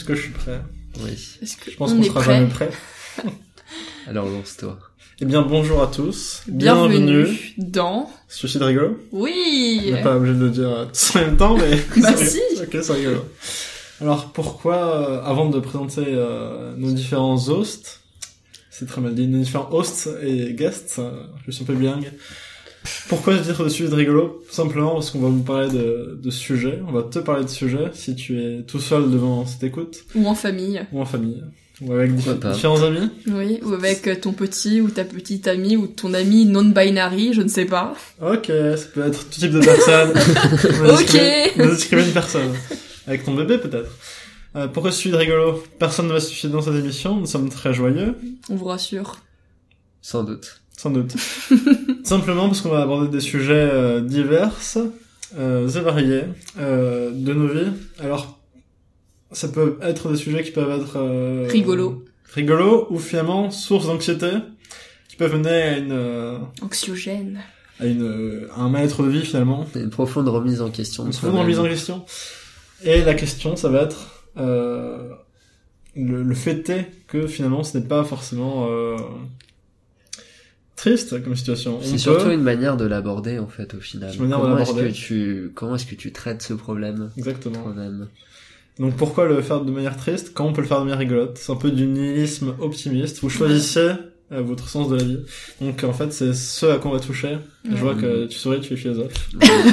que je suis prêt? Oui. Je pense qu'on sera jamais prêt. Alors lance-toi. Eh bien, bonjour à tous. Bienvenue dans... Suicide rigolo? Oui! On n'est pas obligé de le dire tous en même temps, mais... Bah si! Ok, c'est rigolo. Alors, pourquoi, avant de présenter nos différents hosts, c'est très mal dit, nos différents hosts et guests, je suis un peu bilingue, pourquoi je dire de suicide rigolo? Tout simplement parce qu'on va vous parler de sujets, on va te parler de sujets, si tu es tout seul devant cette écoute. Ou en famille. Ou en famille. Ou avec différents amis. Oui, ou avec ton petit ou ta petite amie ou ton ami non-binary, je ne sais pas. Ok, ça peut être tout type de personne. Ok. On va discriminer une personne. Avec ton bébé peut-être. Pourquoi suicide rigolo? Personne ne va se suicider dans cette émission, nous sommes très joyeux. On vous rassure. Sans doute. Sans doute. Simplement parce qu'on va aborder des sujets divers et variés de nos vies. Alors, ça peut être des sujets qui peuvent être rigolo ou finalement source d'anxiété qui peuvent mener à une anxiogène, à un mal-être de vie finalement. Une profonde remise en question. Une profonde remise en question. Et la question, ça va être le fait est que finalement ce n'est pas forcément triste comme situation. C'est surtout une manière de l'aborder en fait au final. Comment est-ce que tu traites ce problème? Exactement. Toi-même. Donc pourquoi le faire de manière triste quand on peut le faire de manière rigolote? C'est un peu du nihilisme optimiste. Vous choisissez votre sens de la vie. Donc en fait c'est ce à quoi on va toucher. Je vois que tu souris, tu es philosophe.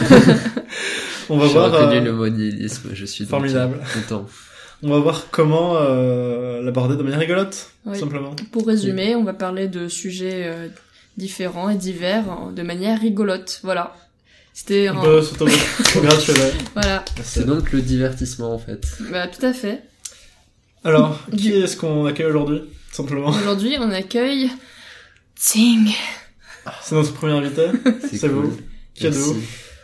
On va voir. J'ai reconnu le mot nihilisme. Je suis formidable. Content. On va voir comment l'aborder de manière rigolote, oui. Simplement. Pour résumer, on va parler de sujets différents et divers de manière rigolote. Voilà. C'était un peu s'auto-gratuler. Voilà. C'est donc le divertissement en fait. Bah tout à fait. Alors, qui est-ce qu'on accueille aujourd'hui, simplement? Aujourd'hui, on accueille Tsing. C'est notre premier invité. C'est cool. Vous. Qui êtes-vous?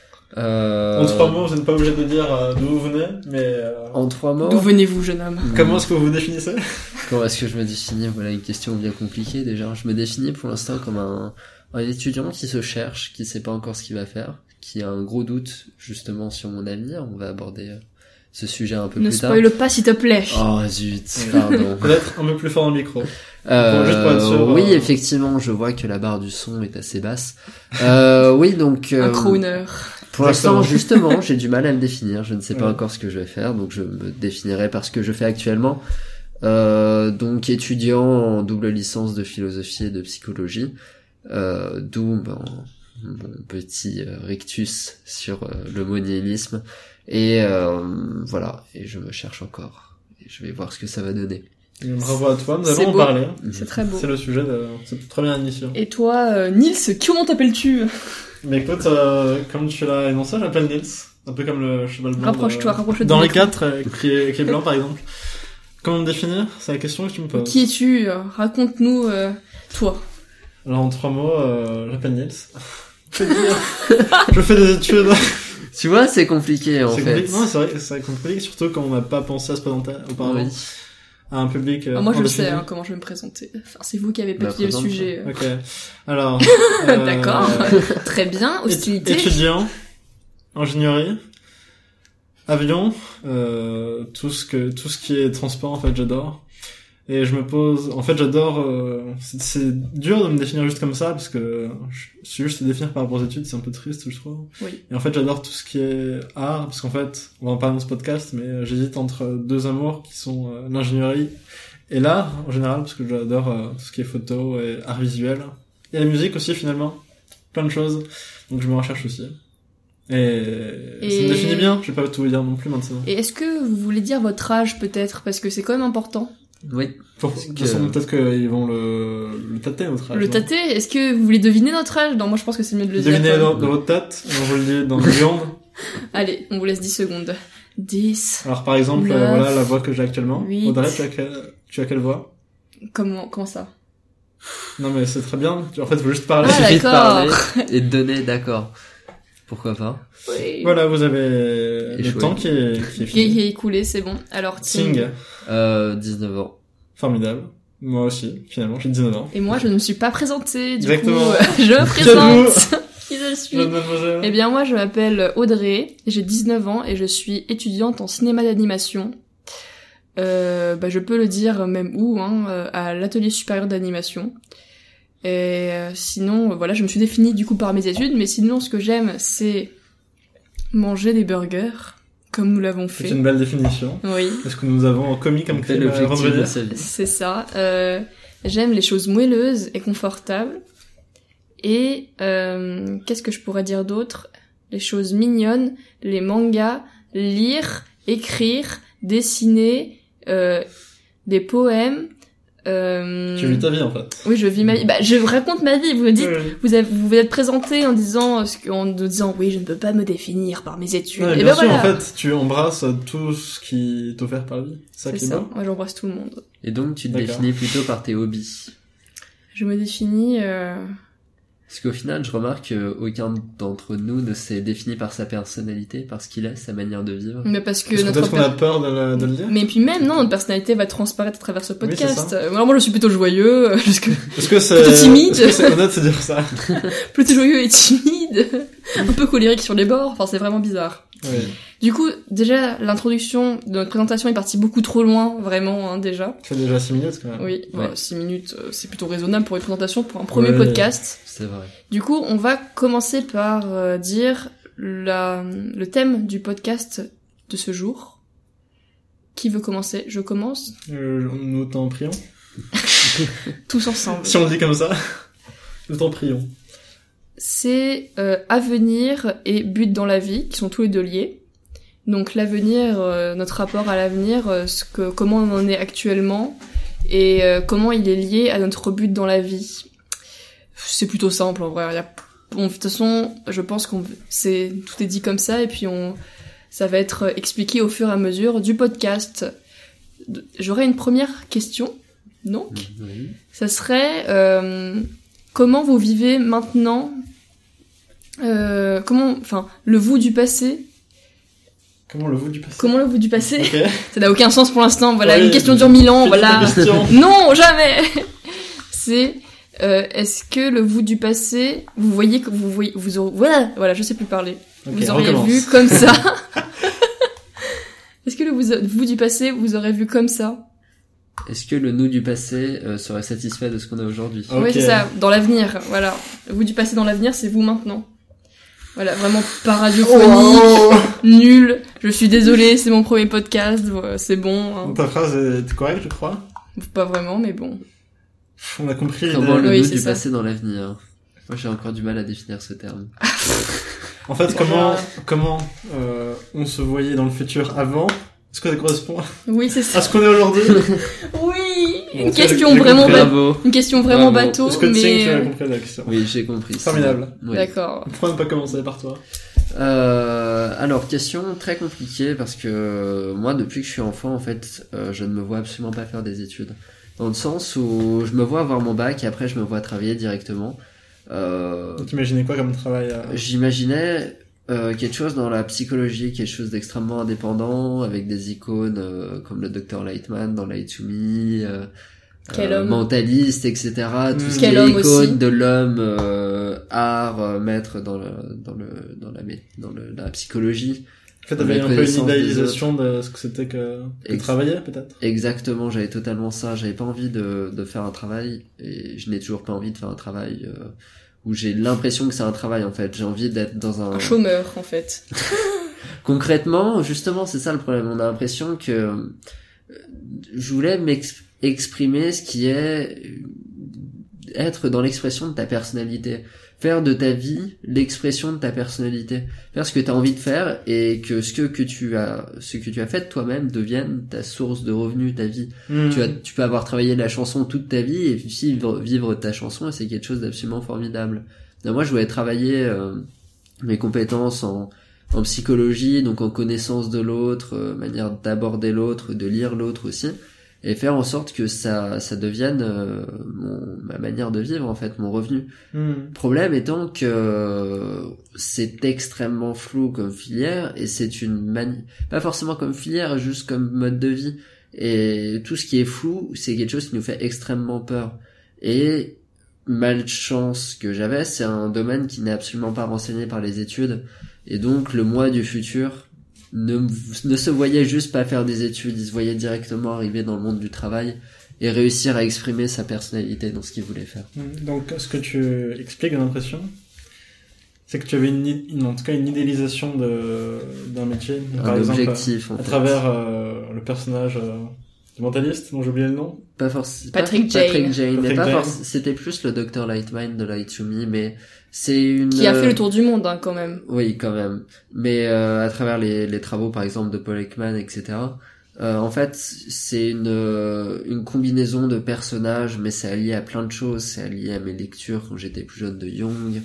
En 3 mots, vous n'êtes pas obligé de dire d'où vous venez, mais... En 3 mots? D'où venez-vous, jeune homme? Comment est-ce que vous vous définissez? Comment est-ce que je me définis? Voilà une question bien compliquée déjà. Je me définis pour l'instant comme un étudiant qui se cherche, qui sait pas encore ce qu'il va faire, qui a un gros doute justement sur mon avenir. On va aborder ce sujet un peu plus tard. Ne spoil pas s'il te plaît. Oh zut, pardon. Peut-être un peu plus fort dans le micro. Oui, effectivement, je vois que la barre du son est assez basse. Oui, donc... un crooner. Pour l'instant, justement, j'ai du mal à me définir. Je ne sais pas encore ce que je vais faire, donc je me définirai par ce que je fais actuellement. Donc étudiant en double licence de philosophie et de psychologie, d'où mon petit rictus sur le mot nihilisme. Et voilà, et je me cherche encore. Et je vais voir ce que ça va donner. Bravo à toi, nous allons en parler. C'est très beau. C'est le sujet de cette première émission. Et toi, Nils, comment t'appelles-tu? Mais écoute, comme tu l'as énoncé, je m'appelle Nils. Un peu comme le cheval blanc. Rapproche-toi dans les 4, qui est blanc par exemple. Comment me définir? C'est la question que tu me poses. Qui es-tu? Raconte-nous, toi. Alors en 3 mots, j'appelle Nils. Je fais des études. Tu vois, c'est compliqué en fait. Non, c'est vrai, c'est compliqué, surtout quand on n'a pas pensé à se présenter auparavant. Oui. À un public. Moi, je le sais, comment je vais me présenter. Enfin, c'est vous qui avez papié le sujet. Ok. Alors. D'accord. Très bien. Hostilité. Étudiant. Ingénierie. Avion. Tout ce qui est transport, en fait, j'adore. Et je me pose, en fait, j'adore, c'est dur de me définir juste comme ça, parce que je juste se définir par rapport aux études, c'est un peu triste, je trouve. Oui. Et en fait, j'adore tout ce qui est art, parce qu'en fait, on va en parler dans ce podcast, mais j'hésite entre 2 amours qui sont l'ingénierie et l'art, en général, parce que j'adore tout ce qui est photo et art visuel. Et la musique aussi, finalement. Plein de choses. Donc je me recherche aussi. Et ça me définit bien, je vais pas tout vous dire non plus maintenant. Et est-ce que vous voulez dire votre âge, peut-être? Parce que c'est quand même important. Oui. De toute façon, peut-être qu'ils vont le tâter, notre âge. Le tâter? Est-ce que vous voulez deviner notre âge? Non, moi je pense que c'est mieux de le dire. Devinez dans votre tête, on vous le dit dans le viande. Allez, on vous laisse 10 secondes. 10. Alors par exemple, 9, voilà la voix que j'ai actuellement. 8. Audrey, tu as quelle voix? Comment ça? Non mais c'est très bien, en fait, faut juste parler. Ah, suffit de parler d'accord. et de donner, d'accord. Pourquoi pas? Oui. Voilà, vous avez le temps qui est fini. Qui est écoulé, c'est bon. Alors, Tsing. 19 ans. Formidable. Moi aussi, finalement, j'ai 19 ans. Et moi, je ne me suis pas présentée, du Exactement. coup, je me présente. Qui je suis? Mademoiselle. Eh bien, moi, je m'appelle Audrey, j'ai 19 ans et je suis étudiante en cinéma d'animation. je peux le dire même où, à l'atelier supérieur d'animation. Et sinon, voilà, je me suis définie du coup par mes études, mais sinon ce que j'aime, c'est manger des burgers, comme nous l'avons fait. C'est une belle définition. Oui. Est-ce que nous avons commis comme crime vendredi? C'est ça. J'aime les choses moelleuses et confortables. Et qu'est-ce que je pourrais dire d'autre? Les choses mignonnes, les mangas, lire, écrire, dessiner, des poèmes. Tu vis ta vie en fait. Oui, je vis ma vie. Je raconte ma vie. Vous me dites, vous vous êtes présenté en disant oui, je ne peux pas me définir par mes études. Ouais, et bien sûr, voilà. En fait, tu embrasses tout ce qui est offert par la vie. C'est ça. Moi, j'embrasse tout le monde. Et donc, tu te définis plutôt par tes hobbies. Je me définis. Parce qu'au final, je remarque qu'aucun d'entre nous ne s'est défini par sa personnalité, par ce qu'il est, sa manière de vivre. Mais parce que peut-être qu'on a peur de le dire. Mais puis même, non, notre personnalité va transparaître à travers ce podcast. Oui, alors moi, je suis plutôt joyeux, Est-ce que c'est plutôt timide. Est-ce que c'est honnête de dire ça? Plutôt joyeux et timide, un peu colérique sur les bords. Enfin, c'est vraiment bizarre. Oui. Du coup, déjà, l'introduction de notre présentation est partie beaucoup trop loin, vraiment, déjà. Ça fait déjà 6 minutes, quand même. Oui, 6 minutes, c'est plutôt raisonnable pour une présentation, pour un premier podcast. C'est vrai. Du coup, on va commencer par dire le thème du podcast de ce jour. Qui veut commencer? Je commence? Nous t'en prions. Tous ensemble. Si on le dit comme ça, nous t'en prions. C'est avenir et but dans la vie, qui sont tous les deux liés. Donc l'avenir, notre rapport à l'avenir, comment on en est actuellement, et comment il est lié à notre but dans la vie. C'est plutôt simple en vrai. De toute façon, je pense tout est dit comme ça, et puis ça va être expliqué au fur et à mesure du podcast. J'aurais une première question, donc. Oui. Ça serait comment vous vivez maintenant, le vous du passé. Comment le vous du passé? Comment le vous du passé? Okay. Ça n'a aucun sens pour l'instant. Voilà, oui, une question dure 1000 ans. Voilà. Non, jamais. C'est est-ce que le vous du passé, vous auriez, voilà, je sais plus parler. Okay, vous auriez vu comme ça. Est-ce que le vous du passé, vous aurez vu comme ça? Est-ce que le nous du passé serait satisfait de ce qu'on a aujourd'hui? Okay. Oui, c'est ça. Dans l'avenir, voilà. Le vous du passé dans l'avenir, c'est vous maintenant. Voilà, vraiment pas radiophonique, nul. Je suis désolée, c'est mon premier podcast, c'est bon. Hein. Ta phrase est correcte, je crois. Pas vraiment, mais bon. On a compris. Comment le nous du passé dans l'avenir? Moi, j'ai encore du mal à définir ce terme. En fait, comment on se voyait dans le futur avant? Est-ce que ça correspond oui, c'est ça. à ce qu'on est aujourd'hui? Oui, une question vraiment bateau, Est-ce que mais tu as compris la question? Oui, j'ai compris. Formidable. Oui. D'accord. Pourquoi ne pas commencer par toi? Alors, question très compliquée parce que moi, depuis que je suis enfant, en fait, je ne me vois absolument pas faire des études. Dans le sens où je me vois avoir mon bac et après je me vois travailler directement. T'imaginais quoi comme travail? J'imaginais quelque chose dans la psychologie, quelque chose d'extrêmement indépendant, avec des icônes comme le Dr Lightman dans Light to Me, mentaliste, etc. Tout ce qui est icône de l'homme, art, maître dans la psychologie. En fait, t'avais un peu une idéalisation de ce que c'était que travailler, peut-être? Exactement, j'avais totalement ça. J'avais pas envie de faire un travail, et je n'ai toujours pas envie de faire un travail où j'ai l'impression que c'est un travail, en fait. J'ai envie d'être dans un chômeur, en fait. Concrètement, justement, c'est ça le problème. On a l'impression que je voulais exprimer ce qui est être dans l'expression de ta personnalité. Faire de ta vie l'expression de ta personnalité. Faire ce que tu as envie de faire et que ce que tu as fait toi-même devienne ta source de revenus, ta vie. Tu peux avoir travaillé la chanson toute ta vie et puis vivre ta chanson, et c'est quelque chose d'absolument formidable. Donc moi, je voulais travailler mes compétences en psychologie, donc en connaissance de l'autre, manière d'aborder l'autre, de lire l'autre aussi, et faire en sorte que ça devienne ma manière de vivre, en fait, mon revenu. Problème étant que c'est extrêmement flou comme filière, et c'est pas forcément comme filière, juste comme mode de vie. Et tout ce qui est flou, c'est quelque chose qui nous fait extrêmement peur. Et malchance que j'avais, c'est un domaine qui n'est absolument pas renseigné par les études, et donc le moi du futur ne se voyait juste pas faire des études, il se voyait directement arriver dans le monde du travail et réussir à exprimer sa personnalité dans ce qu'il voulait faire. Donc, ce que tu expliques, j'ai l'impression, c'est que tu avais en tout cas une idéalisation d'un métier. Par exemple, objectif, à travers le personnage du mentaliste, dont j'ai oublié le nom. Pas forcément. Patrick Jane. Mais pas forcément. C'était plus le Dr. Lightmind de Light to Me, mais c'est une... Qui a fait le tour du monde, hein, quand même. Oui, quand même. Mais à travers les travaux, par exemple, de Paul Ekman, etc., en fait, c'est une combinaison de personnages, mais c'est allié à plein de choses. C'est allié à mes lectures quand j'étais plus jeune de Jung,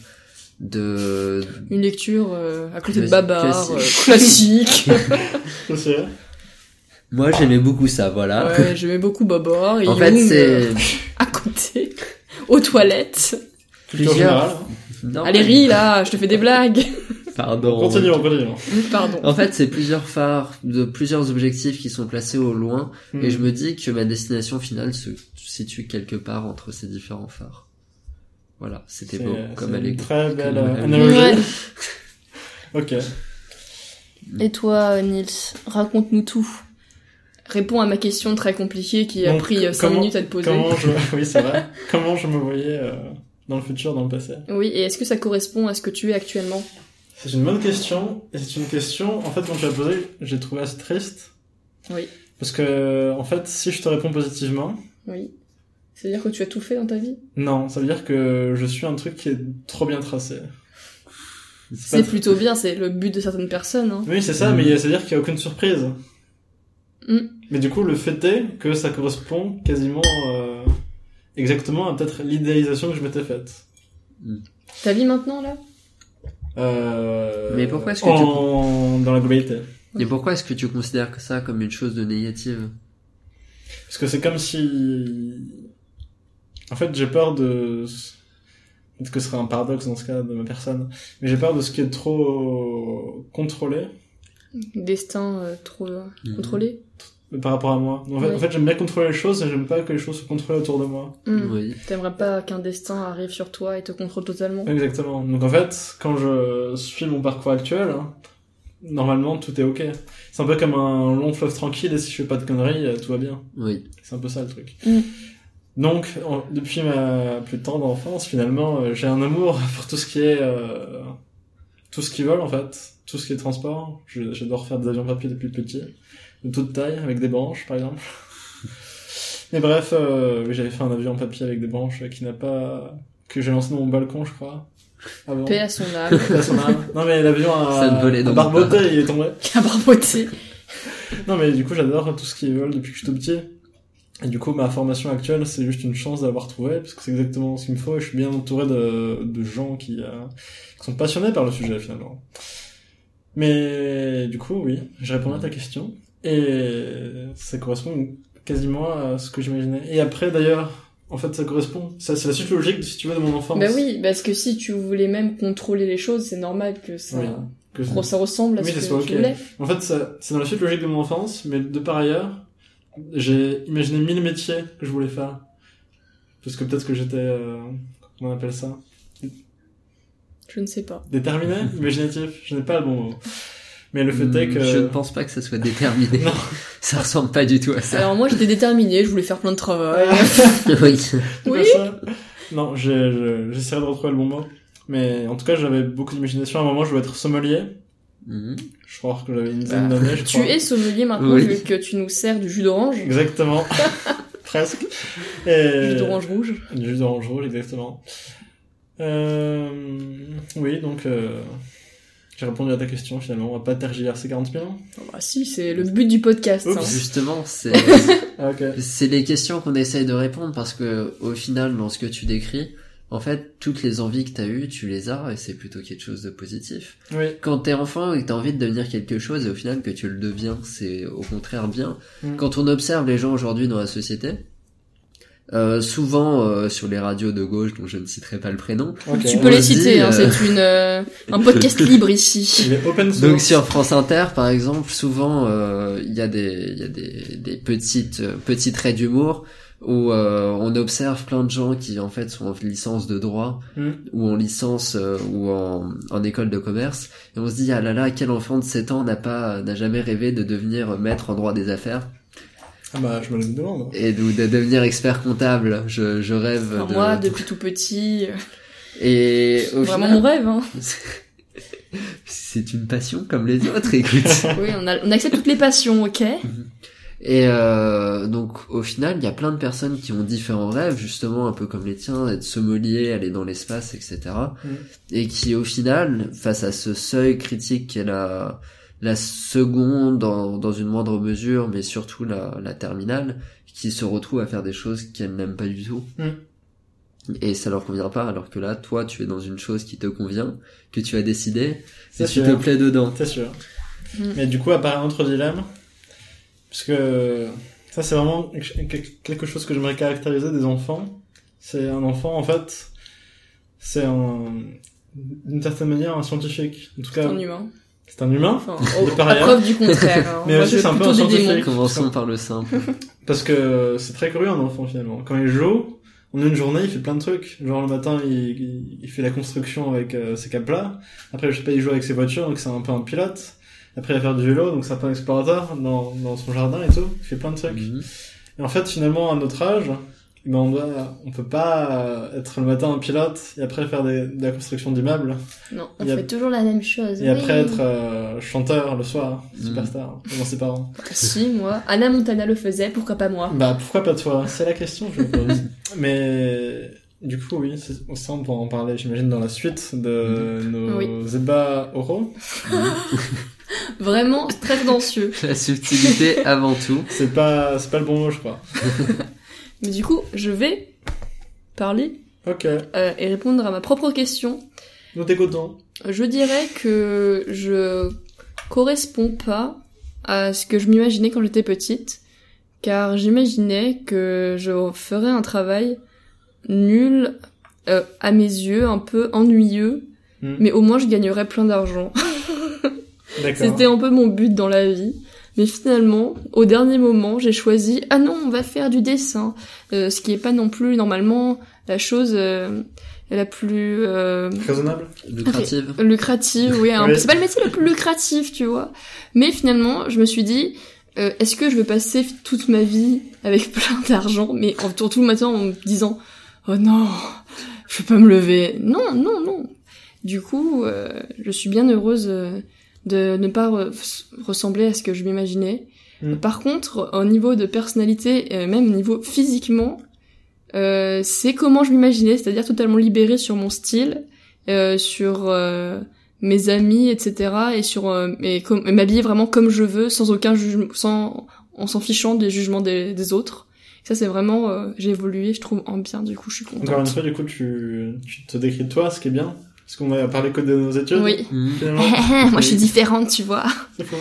une lecture à côté de Babar, classique. C'est vrai. Moi, j'aimais beaucoup ça, voilà. Ouais, j'aimais beaucoup Babar et en Jung, fait, c'est à côté, aux toilettes. plusieurs... Non, allez, ris, là, je te fais des blagues. Pardon. Continue. Pardon. En fait, c'est plusieurs phares de plusieurs objectifs qui sont placés au loin, et je me dis que ma destination finale se situe quelque part entre ces différents phares. Voilà, c'était beau, comme elle est. Très belle analogie. Ouais. Ok. Et toi, Nils, raconte-nous tout. Réponds à ma question très compliquée qui a pris 5 minutes à te poser. Oui, c'est vrai. Comment je me voyais dans le futur, dans le passé? Oui, et est-ce que ça correspond à ce que tu es actuellement? C'est une bonne question, et c'est une question, en fait, quand tu l'as posée, j'ai trouvé assez triste. Oui. Parce que, en fait, si je te réponds positivement... Oui. C'est-à-dire que tu as tout fait dans ta vie? Non, ça veut dire que je suis un truc qui est trop bien tracé. C'est plutôt bien, c'est le but de certaines personnes, hein. Oui, c'est ça, mais c'est-à-dire qu'il n'y a aucune surprise. Mais du coup, le fait est que ça correspond quasiment exactement à peut-être l'idéalisation que je m'étais faite. Ta vie maintenant, là? Mais pourquoi est-ce que dans la globalité. Et pourquoi est-ce que tu considères que ça comme une chose de négative? Parce que c'est comme si... En fait, j'ai peur de... Peut-être que ce serait un paradoxe dans ce cas de ma personne, mais j'ai peur de ce qui est trop contrôlé. Destin trop contrôlé? Par rapport à moi. En fait, j'aime bien contrôler les choses, et j'aime pas que les choses soient contrôlées autour de moi. Oui. T'aimerais pas qu'un destin arrive sur toi et te contrôle totalement? Exactement. Donc en fait, quand je suis mon parcours actuel, normalement tout est ok. C'est un peu comme un long fleuve tranquille, et si je fais pas de conneries, tout va bien. Oui. C'est un peu ça le truc. Donc, depuis ma plus tendre enfance, finalement, j'ai un amour pour tout ce qui est... tout ce qui vole, en fait. Tout ce qui est transport. J'adore faire des avions papier depuis petit. De toute taille, avec des branches, par exemple. Mais bref, j'avais fait un avion en papier avec des branches que j'ai lancé dans mon balcon, je crois. Avant. Paix à son âme. Paix à son âme. Non, mais l'avion a barboté, il est tombé. A barboté. Non, mais du coup, j'adore tout ce qui vole depuis que je suis tout petit. Et du coup, ma formation actuelle, c'est juste une chance d'avoir trouvé, parce que c'est exactement ce qu'il me faut, et je suis bien entouré de gens qui sont passionnés par le sujet, finalement. Mais du coup, oui, j'ai répondu à ta question, et ça correspond quasiment à ce que j'imaginais. Et après, d'ailleurs, en fait, ça correspond, c'est la suite logique, si tu veux, de mon enfance. Bah oui, parce que si tu voulais même contrôler les choses, c'est normal que ça... Oui, ça ressemble à ce que tu voulais. En fait, c'est dans la suite logique de mon enfance, mais de par ailleurs, j'ai imaginé 1000 métiers que je voulais faire. Parce que peut-être que j'étais... comment on appelle ça? Je ne sais pas. Déterminé? Imaginatif? Je n'ai pas le bon mot. Mais le fait est que... Je ne pense pas que ça soit déterminé. Non. Ça ressemble pas du tout à ça. Alors moi, j'étais déterminée, je voulais faire plein de travail. Oui. Oui. Ça. Non, j'essaierai de retrouver le bon mot. Mais en tout cas, j'avais beaucoup d'imagination. À un moment, je voulais être sommelier. Je crois que j'avais une dizaine d'années, je crois. Tu es sommelier maintenant, vu que tu nous sers du jus d'orange. Exactement. Presque. Et... Jus d'orange rouge. Du jus d'orange rouge, exactement. Oui, donc... J'ai répondu à ta question, finalement. On va pas tergiverser 40 000 ans. Oh, bah si, c'est le but du podcast. Hein. Justement, c'est... Okay. C'est les questions qu'on essaye de répondre, parce que au final, dans ce que tu décris, en fait, toutes les envies que t'as eues, tu les as, et c'est plutôt quelque chose de positif. Oui. Quand t'es enfant et que t'as envie de devenir quelque chose, et au final que tu le deviens, c'est au contraire bien. Quand on observe les gens aujourd'hui dans la société, souvent sur les radios de gauche, dont je ne citerai pas le prénom. Okay. Tu peux les citer, hein, c'est un podcast libre ici. Il est open source. Donc sur France Inter, par exemple, souvent il y a des petits traits d'humour où on observe plein de gens qui en fait sont en licence de droit ou en licence ou en école de commerce, et on se dit ah là là, quel enfant de 7 ans n'a jamais rêvé de devenir maître en droit des affaires. Ah bah je me le demande. Et de devenir expert comptable, je rêve enfin, moi depuis tout petit et au vraiment final, mon rêve hein. C'est une passion comme les autres, écoute. Oui, on accepte toutes les passions, ok. Et donc au final, il y a plein de personnes qui ont différents rêves, justement un peu comme les tiens, être sommelier, aller dans l'espace, etc. Et qui au final, face à ce seuil critique qui est la seconde dans une moindre mesure, mais surtout la terminale, qui se retrouvent à faire des choses qu'elles n'aiment pas du tout. Et ça leur convient pas, alors que là, toi, tu es dans une chose qui te convient, que tu as décidé, et tu te plais dedans. C'est sûr. Mais du coup, apparaît un autre dilemme, parce que ça, c'est vraiment quelque chose que j'aimerais caractériser des enfants. C'est un enfant, en fait, c'est d'une certaine manière un scientifique. En tout cas, c'est un humain. C'est un humain, enfin, à preuve du contraire. Hein. Mais moi, aussi, c'est un peu un scientifique. Commençons par le simple. Parce que c'est très curieux un enfant, finalement. Quand il joue, en une journée, il fait plein de trucs. Genre, le matin, il fait la construction avec ses câbles-là. Après, je sais pas, il joue avec ses voitures, donc c'est un peu un pilote. Après, il va faire du vélo, donc c'est un peu un explorateur dans son jardin et tout. Il fait plein de trucs. Et en fait, finalement, à notre âge, ben on peut pas être le matin un pilote et après faire de la construction d'immeubles. Non, on fait toujours la même chose. Et après être chanteur le soir, superstar, devant ses parents. Si, moi. Anna Montana le faisait, pourquoi pas moi? Bah, pourquoi pas toi? C'est la question, je me pose. Mais, du coup, oui, ça, on pourra en parler, j'imagine, dans la suite de nos débats oraux. Vraiment, très tendancieux. La subtilité avant tout. C'est pas le bon mot, je crois. Mais du coup, je vais parler et répondre à ma propre question. Nous t'écoutons. Je dirais que je corresponds pas à ce que je m'imaginais quand j'étais petite, car j'imaginais que je ferais un travail nul, à mes yeux, un peu ennuyeux, mais au moins je gagnerais plein d'argent. D'accord. C'était un peu mon but dans la vie. Mais finalement, au dernier moment, j'ai choisi « Ah non, on va faire du dessin !» ce qui est pas non plus, normalement, la chose la plus... raisonnable. Lucrative, oui. Hein. Oui. C'est pas le métier le plus lucratif, tu vois. Mais finalement, je me suis dit est-ce que je veux passer toute ma vie avec plein d'argent, mais tout le matin en me disant « Oh non, je peux pas me lever. » Non, non, non. Du coup, je suis bien heureuse... de ne pas ressembler à ce que je m'imaginais. Par contre, au niveau de personnalité, même au niveau physiquement, c'est comment je m'imaginais, c'est-à-dire totalement libérée sur mon style, sur mes amis, etc. et sur et m'habiller vraiment comme je veux, sans aucun jugement, en s'en fichant des jugements des autres. Ça, c'est vraiment, j'ai évolué, je trouve, en bien. Du coup, je suis contente. Encore une fois, du coup, tu te décris de toi, ce qui est bien. Parce qu'on a parlé que de nos études. Oui. Moi, je suis différente, tu vois. C'est faux.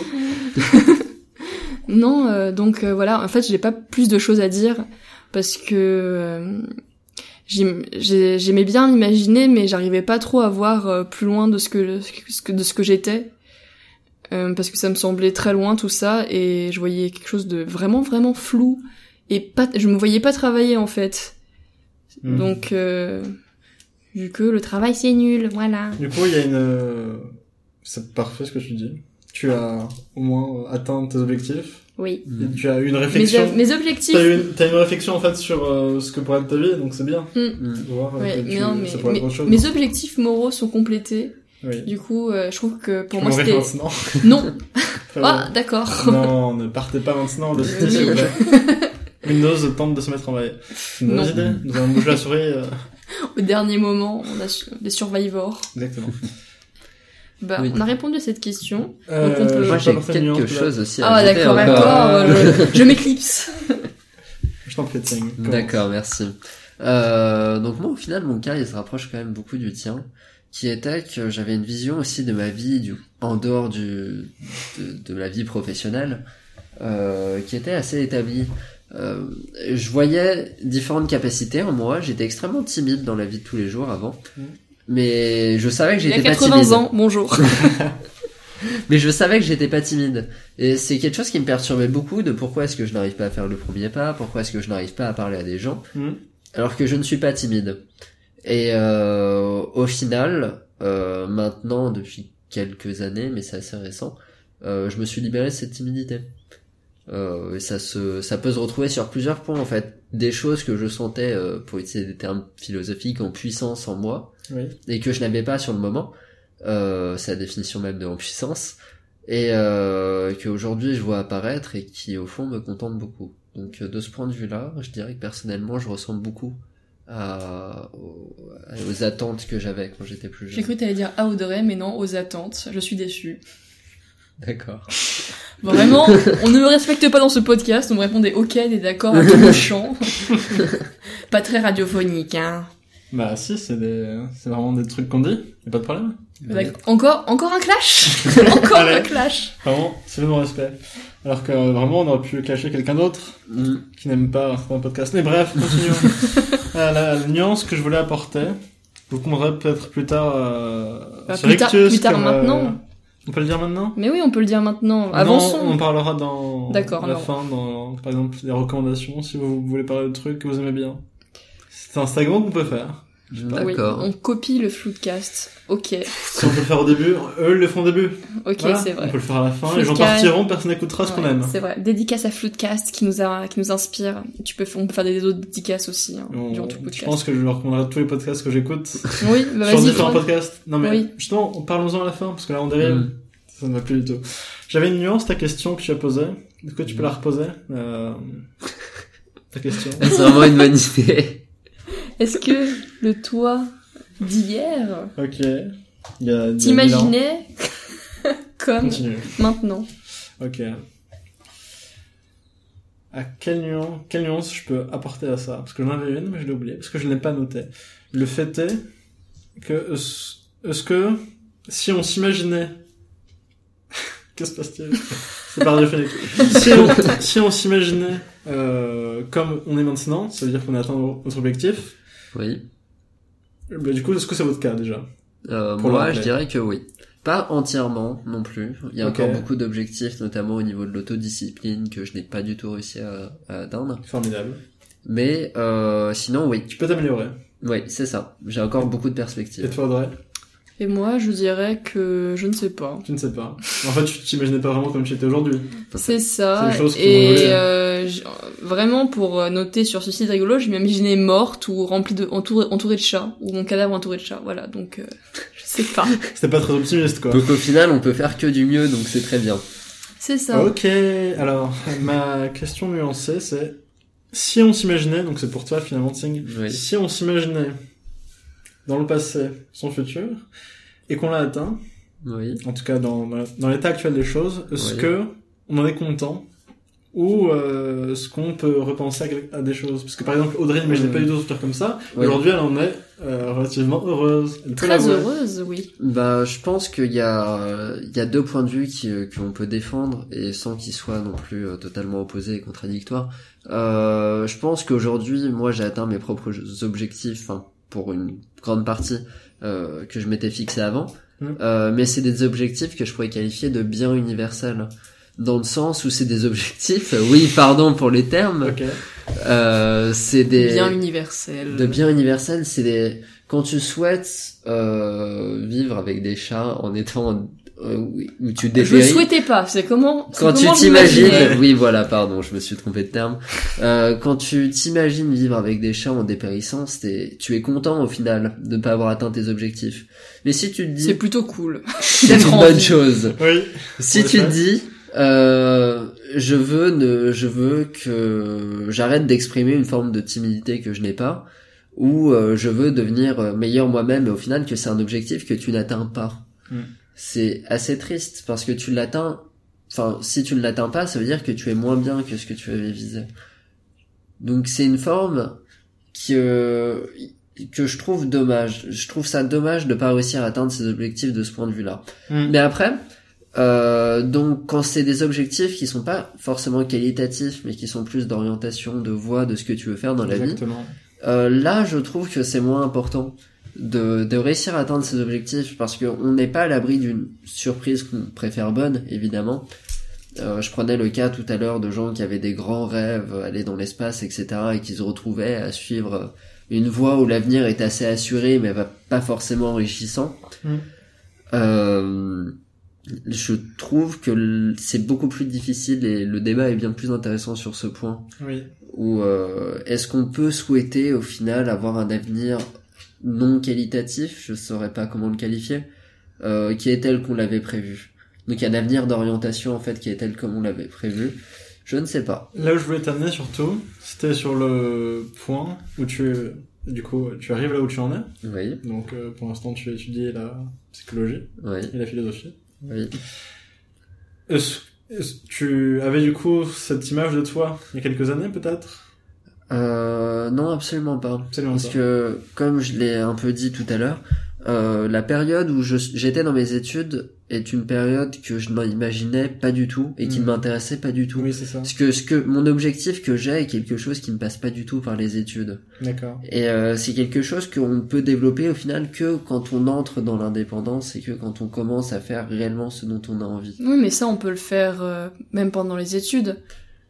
Non, donc voilà. En fait, j'ai pas plus de choses à dire parce que j'aimais bien m'imaginer, mais j'arrivais pas trop à voir plus loin de ce que j'étais, parce que ça me semblait très loin tout ça, et je voyais quelque chose de vraiment vraiment flou, et je me voyais pas travailler en fait. Donc vu que le travail c'est nul, voilà. Du coup, il y a c'est parfait ce que tu dis. Tu as au moins atteint tes objectifs. Oui. Et tu as eu une réflexion. Mes objectifs. T'as une réflexion en fait sur ce que pourrait être ta vie, donc c'est bien. Voir mes objectifs moraux sont complétés. Oui. Du coup, je trouve que pour moi c'était... maintenant. Non. Ah, d'accord. Non, ne partez pas maintenant de ce s'il vous plaît. Windows tente de se mettre en veille. Une bonne idée. Nous allons bouger la souris. Au dernier moment, on a des survivors. Exactement. Bah, oui. On a répondu à cette question. Donc on peut... Moi, j'ai quelque chose aussi à ajouter. Ah, d'accord. Je m'éclipse. Je t'en prie, Tseng. D'accord, merci. Donc moi, au final, mon cas, il se rapproche quand même beaucoup du tien, qui était que j'avais une vision aussi de ma vie en dehors de la vie professionnelle, qui était assez établie. Je voyais différentes capacités en moi. J'étais extrêmement timide dans la vie de tous les jours avant. Mais je savais que j'étais pas timide. Il y a 80 ans, bonjour. Mais je savais que j'étais pas timide. Et c'est quelque chose qui me perturbait beaucoup de pourquoi est-ce que je n'arrive pas à faire le premier pas, pourquoi est-ce que je n'arrive pas à parler à des gens, alors que je ne suis pas timide. Et au final, maintenant, depuis quelques années, mais c'est assez récent, je me suis libéré de cette timidité. Et ça peut se retrouver sur plusieurs points, en fait. Des choses que je sentais, pour utiliser des termes philosophiques, en puissance en moi, et que je n'avais pas sur le moment. C'est la définition même de en puissance. Et qu'aujourd'hui je vois apparaître et qui au fond me contente beaucoup. Donc de ce point de vue-là, je dirais que personnellement je ressemble beaucoup aux attentes que j'avais quand j'étais plus jeune. J'ai cru que t'allais dire à Audrey, mais non, aux attentes. Je suis déçue. D'accord. Vraiment, on ne me respecte pas dans ce podcast, on me répond des ok, des d'accord à tout le champ. Pas très radiophonique, hein. Bah si, c'est vraiment des trucs qu'on dit, y a pas de problème. Encore un clash. Encore un clash. Vraiment, c'est le non-respect. Alors que vraiment, on aurait pu clasher quelqu'un d'autre qui n'aime pas un podcast. Mais bref, continuons. La nuance que je voulais apporter, vous comprendrez peut-être plus tard sur Ictus. Plus tard maintenant. On peut le dire maintenant? Mais oui, on peut le dire maintenant. Avançons. Non, on parlera dans D'accord, la fin, par exemple, les recommandations, si vous voulez parler de trucs que vous aimez bien. C'est un segment qu'on peut faire. D'accord. Oui, on copie le Floodcast. Ok. Si on peut le faire au début, eux le font au début. Ok, voilà. C'est vrai. On peut le faire à la fin, Floodcast. les gens partiront, personne n'écoutera ce qu'on aime. C'est vrai. Dédicace à Floodcast qui nous inspire. On peut faire des autres dédicaces aussi, durant tout le podcast. Je pense que je leur recommanderai tous les podcasts que j'écoute. Oui, bah sur vas-y. différents podcasts. Non mais, oui. Justement, parlons-en à la fin, parce que là on dérive. Ça ne va plus du tout. J'avais une nuance, ta question que tu as posée. Est-ce que tu peux la reposer? Ta question. C'est vraiment une bonne idée. Est-ce que le toi d'hier, ok, t'imaginais comme continue. Maintenant? Ok. À quelle nuance je peux apporter à ça? Parce que j'en avais une, mais je l'ai oublié, parce que je ne l'ai pas noté. Le fait est que, est-ce que, si on s'imaginait, qu'est-ce que se passe-t-il? C'est pas radiophonique. Si on s'imaginait, comme on est maintenant, ça veut dire qu'on a atteint notre objectif. Oui. Bah, du coup, est-ce que c'est votre cas, déjà? Moi, je dirais que oui. Pas entièrement, non plus. Il y a encore beaucoup d'objectifs, notamment au niveau de l'autodiscipline, que je n'ai pas du tout réussi à atteindre. Formidable. Mais, sinon, oui. Tu peux t'améliorer. Oui, c'est ça. J'ai encore beaucoup de perspectives. Et toi, Audrey? Et moi, je dirais que je ne sais pas. Tu ne sais pas. En fait, tu t'imaginais pas vraiment comme tu étais aujourd'hui. C'est ça. C'est des choses qui et vraiment, pour noter sur ce site rigolo, je m'imaginais morte ou entourée de chats, ou mon cadavre entouré de chats. Voilà, donc je sais pas. C'était pas très optimiste, quoi. Donc au final, on peut faire que du mieux, donc c'est très bien. C'est ça. Ok, alors, ma question nuancée, c'est... Si on s'imaginait, donc c'est pour toi finalement, Tsing, si on s'imaginait dans le passé, son futur, et qu'on l'a atteint, en tout cas dans l'état actuel des choses, est-ce que on en est content, ou est-ce qu'on peut repenser à des choses? Parce que par exemple, Audrey n'imaginait pas du tout se faire comme ça, aujourd'hui elle en est relativement heureuse. Très heureuse, oui. Bah, je pense qu'il y a deux points de vue qu'on peut défendre, et sans qu'ils soient non plus totalement opposés et contradictoires. Je pense qu'aujourd'hui, moi j'ai atteint mes propres objectifs, pour une grande partie que je m'étais fixé avant, mais c'est des objectifs que je pourrais qualifier de bien universels, dans le sens où c'est des objectifs, oui pardon pour les termes, c'est des bien universels. De bien universels, c'est des quand tu souhaites vivre avec des chats en étant où tu dépéris. Je souhaitais pas, c'est comment tu t'imagines, oui voilà, pardon, je me suis trompé de terme. Quand tu t'imagines vivre avec des chats en dépérissant, tu es content au final de ne pas avoir atteint tes objectifs. Mais si tu te dis... C'est plutôt cool. C'est une bonne chose. Oui. Si tu te dis, je veux que j'arrête d'exprimer une forme de timidité que je n'ai pas, ou je veux devenir meilleur moi-même, et au final que c'est un objectif que tu n'atteins pas. C'est assez triste parce que tu l'atteins, si tu ne l'atteins pas, ça veut dire que tu es moins bien que ce que tu avais visé. Donc c'est une forme que je trouve dommage. Je trouve ça dommage de pas réussir à atteindre ses objectifs de ce point de vue-là. Mais après, donc quand c'est des objectifs qui sont pas forcément qualitatifs, mais qui sont plus d'orientation, de voie, de ce que tu veux faire dans la vie, là je trouve que c'est moins important. de réussir à atteindre ses objectifs, parce qu'on n'est pas à l'abri d'une surprise qu'on préfère bonne, évidemment. Je prenais le cas tout à l'heure de gens qui avaient des grands rêves, aller dans l'espace, etc., et qui se retrouvaient à suivre une voie où l'avenir est assez assuré, mais pas forcément enrichissant. Je trouve que c'est beaucoup plus difficile, et le débat est bien plus intéressant sur ce point. Oui. Où est-ce qu'on peut souhaiter au final avoir un avenir non qualitatif, je saurais pas comment le qualifier, qui est tel qu'on l'avait prévu. Donc un avenir d'orientation en fait qui est tel comme on l'avait prévu. Je ne sais pas. Là où je voulais t'amener surtout, c'était sur le point où tu arrives là où tu en es. Oui. Donc pour l'instant tu étudies la psychologie et la philosophie. Oui. Tu avais du coup cette image de toi il y a quelques années peut-être? Non, absolument pas. Parce que, comme je l'ai un peu dit tout à l'heure, la période où j'étais dans mes études est une période que je n'imaginais pas du tout et qui ne m'intéressait pas du tout. Oui, c'est ça. Parce que mon objectif que j'ai est quelque chose qui ne passe pas du tout par les études. D'accord. Et c'est quelque chose qu'on peut développer au final que quand on entre dans l'indépendance et que quand on commence à faire réellement ce dont on a envie. Oui, mais ça on peut le faire même pendant les études.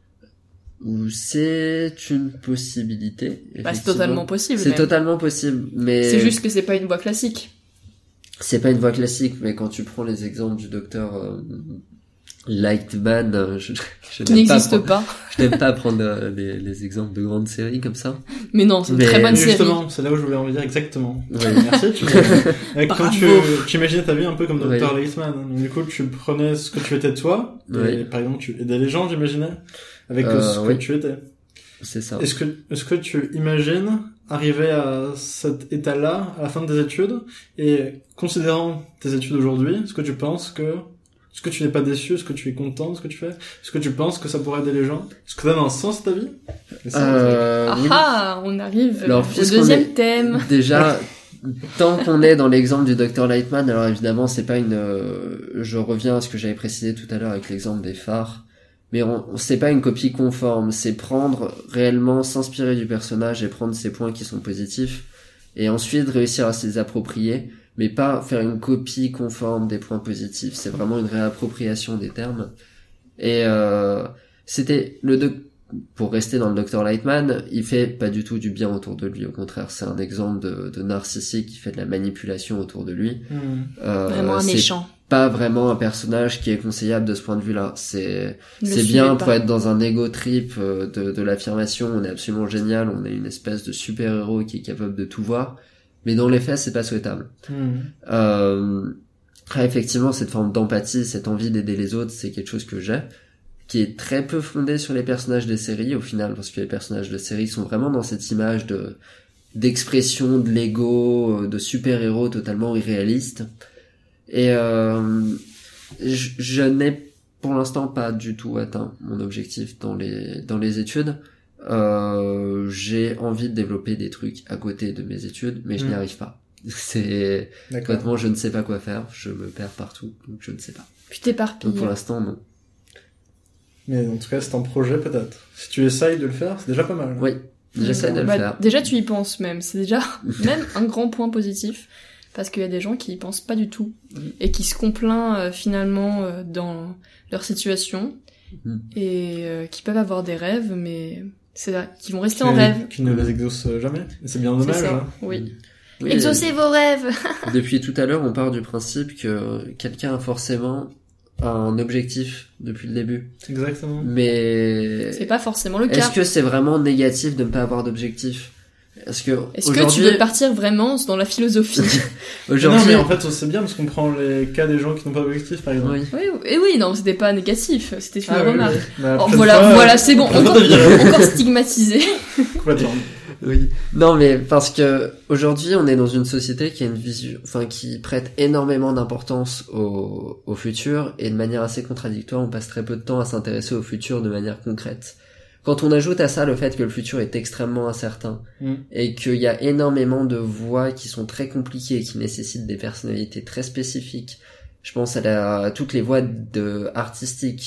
C'est une possibilité. Bah, c'est totalement possible. C'est totalement possible, mais c'est juste que c'est pas une voie classique. C'est pas une voie classique, mais quand tu prends les exemples du docteur Lightman, je qui n'existe pas. Je n'aime pas prendre les exemples de grandes séries comme ça. Mais non, c'est une très bonne série. Justement, c'est là où je voulais en venir exactement. Oui. Merci. Quand tu imaginais ta vie un peu comme Dr. Lightman, donc du coup tu prenais ce que tu étais toi, et par exemple tu aidais les gens, j'imaginais, avec ce que tu étais. C'est ça. Est-ce que tu imagines arriver à cet état-là à la fin de tes études, et considérant tes études aujourd'hui, est-ce que tu penses que tu n'es pas déçu, est-ce que tu es content de ce que tu fais, est-ce que tu penses que ça pourrait aider les gens, est-ce que ça donne un sens à ta vie? Oui. On arrive alors, au deuxième thème. Déjà, tant qu'on est dans l'exemple du Dr. Lightman, alors évidemment c'est pas je reviens à ce que j'avais précisé tout à l'heure avec l'exemple des phares, mais c'est pas une copie conforme, c'est prendre réellement, s'inspirer du personnage et prendre ses points qui sont positifs, et ensuite réussir à se les approprier, mais pas faire une copie conforme des points positifs. C'est vraiment une réappropriation des termes. Et c'était pour rester dans le Dr. Lightman, il fait pas du tout du bien autour de lui, au contraire, c'est un exemple de narcissique qui fait de la manipulation autour de lui. Vraiment un méchant. Pas vraiment un personnage qui est conseillable de ce point de vue-là. C'est bien pour être dans un ego trip de l'affirmation, on est absolument génial, on est une espèce de super-héros qui est capable de tout voir, mais dans les faits, c'est pas souhaitable. Après, effectivement, cette forme d'empathie, cette envie d'aider les autres, c'est quelque chose que j'ai, qui est très peu fondé sur les personnages des séries, au final, parce que les personnages de séries sont vraiment dans cette image d'expression de l'ego, de super-héros totalement irréaliste. Et je n'ai pour l'instant pas du tout atteint mon objectif dans les études. J'ai envie de développer des trucs à côté de mes études, mais je n'y arrive pas. C'est complètement, je ne sais pas quoi faire, je me perds partout, donc je ne sais pas. Puis t'éparpilles. Donc pour l'instant, non. Mais en tout cas, c'est un projet peut-être. Si tu essayes de le faire, c'est déjà pas mal. Oui, j'essaie de le faire. Déjà, tu y penses même. C'est déjà même un grand point positif. Parce qu'il y a des gens qui y pensent pas du tout. Et qui se complainent finalement dans leur situation. Et qui peuvent avoir des rêves, mais qui vont rester en rêve. Qui ne les exaucent jamais. Et c'est bien dommage. C'est ça, hein. oui. Exaucez vos rêves. Depuis tout à l'heure, on part du principe que quelqu'un a forcément un objectif depuis le début. Exactement. Mais c'est pas forcément le cas. Est-ce que c'est vraiment négatif de ne pas avoir d'objectif? Est-ce que tu veux partir vraiment dans la philosophie? Aujourd'hui... Non, mais en fait, c'est bien parce qu'on prend les cas des gens qui n'ont pas d'objectif, par exemple. Oui, non, c'était pas négatif, c'était une remarque. Oui. Bah, voilà, c'est bon, encore stigmatisé. Complètement. Oui. Non, mais parce que aujourd'hui, on est dans une société qui a une vision, qui prête énormément d'importance au futur, et de manière assez contradictoire, on passe très peu de temps à s'intéresser au futur de manière concrète. Quand on ajoute à ça le fait que le futur est extrêmement incertain, et qu'il y a énormément de voies qui sont très compliquées, qui nécessitent des personnalités très spécifiques, je pense à toutes les voies artistiques,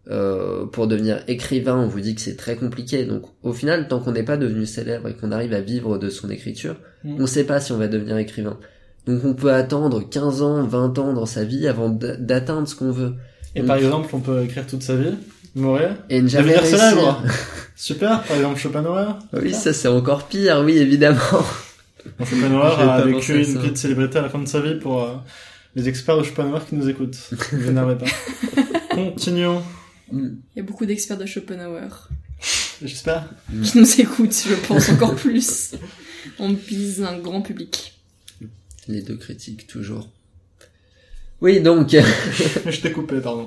pour devenir écrivain, on vous dit que c'est très compliqué. Donc au final, tant qu'on n'est pas devenu célèbre et qu'on arrive à vivre de son écriture, on sait pas si on va devenir écrivain. Donc on peut attendre 15 ans, 20 ans dans sa vie avant d'atteindre ce qu'on veut. Et Donc, par exemple, on peut écrire toute sa vie, mourir, et ne jamais devenir réussir. célèbre. Super, par exemple Schopenhauer. Oui, ça c'est encore pire, oui, évidemment. Schopenhauer J'avais a pas vécu pensé à une ça. petite célébrité à la fin de sa vie pour les experts de Schopenhauer qui nous écoutent. Ne vous énervez pas. Continuons. Il y a beaucoup d'experts de Schopenhauer J'espère. qui nous écoutent, je pense, encore plus. On vise un grand public. Les deux critiques, toujours. Oui, donc... Je t'ai coupé, pardon.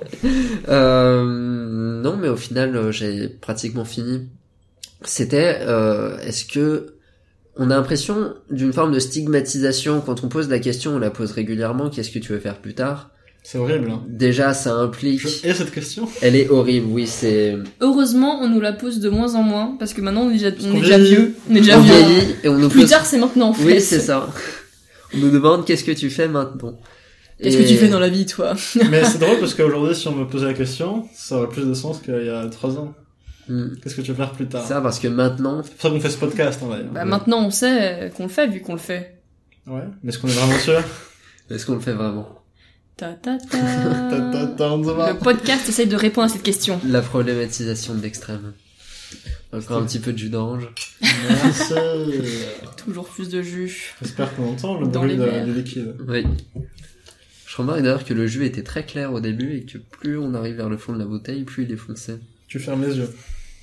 non, mais au final, j'ai pratiquement fini. C'était, est-ce que on a l'impression d'une forme de stigmatisation quand on pose la question, on la pose régulièrement, qu'est-ce que tu veux faire plus tard? C'est horrible. Hein. Déjà, ça implique... Et cette question? Elle est horrible, oui, c'est... Heureusement, on nous la pose de moins en moins, parce que maintenant, on est déjà qu'on déjà vieillit. vieux. On est déjà On vieux. vieillit et on nous Plus pose... tard, c'est maintenant, en fait. Oui, c'est ça. On nous demande qu'est-ce que tu fais maintenant. Qu'est-ce que tu fais dans la vie, toi? Mais c'est drôle parce qu'aujourd'hui, si on me posait la question, ça aurait plus de sens qu'il y a 3 ans. Qu'est-ce que tu veux faire plus tard? Ça, parce que maintenant... C'est pour ça qu'on fait ce podcast, en d'ailleurs. Bah, maintenant, on sait qu'on le fait, vu qu'on le fait. Ouais. Mais est-ce qu'on est vraiment sûr? Est-ce qu'on le fait vraiment? Ta ta ta. On se va. Le podcast essaye de répondre à cette question. La problématisation de l'extrême. Encore un petit peu de jus d'orange. Merci. Toujours plus de jus. J'espère qu'on entend le Dans bruit les verres. du liquide. Oui. Je remarque d'ailleurs que le jus était très clair au début et que plus on arrive vers le fond de la bouteille, plus il est foncé. Tu fermes les yeux.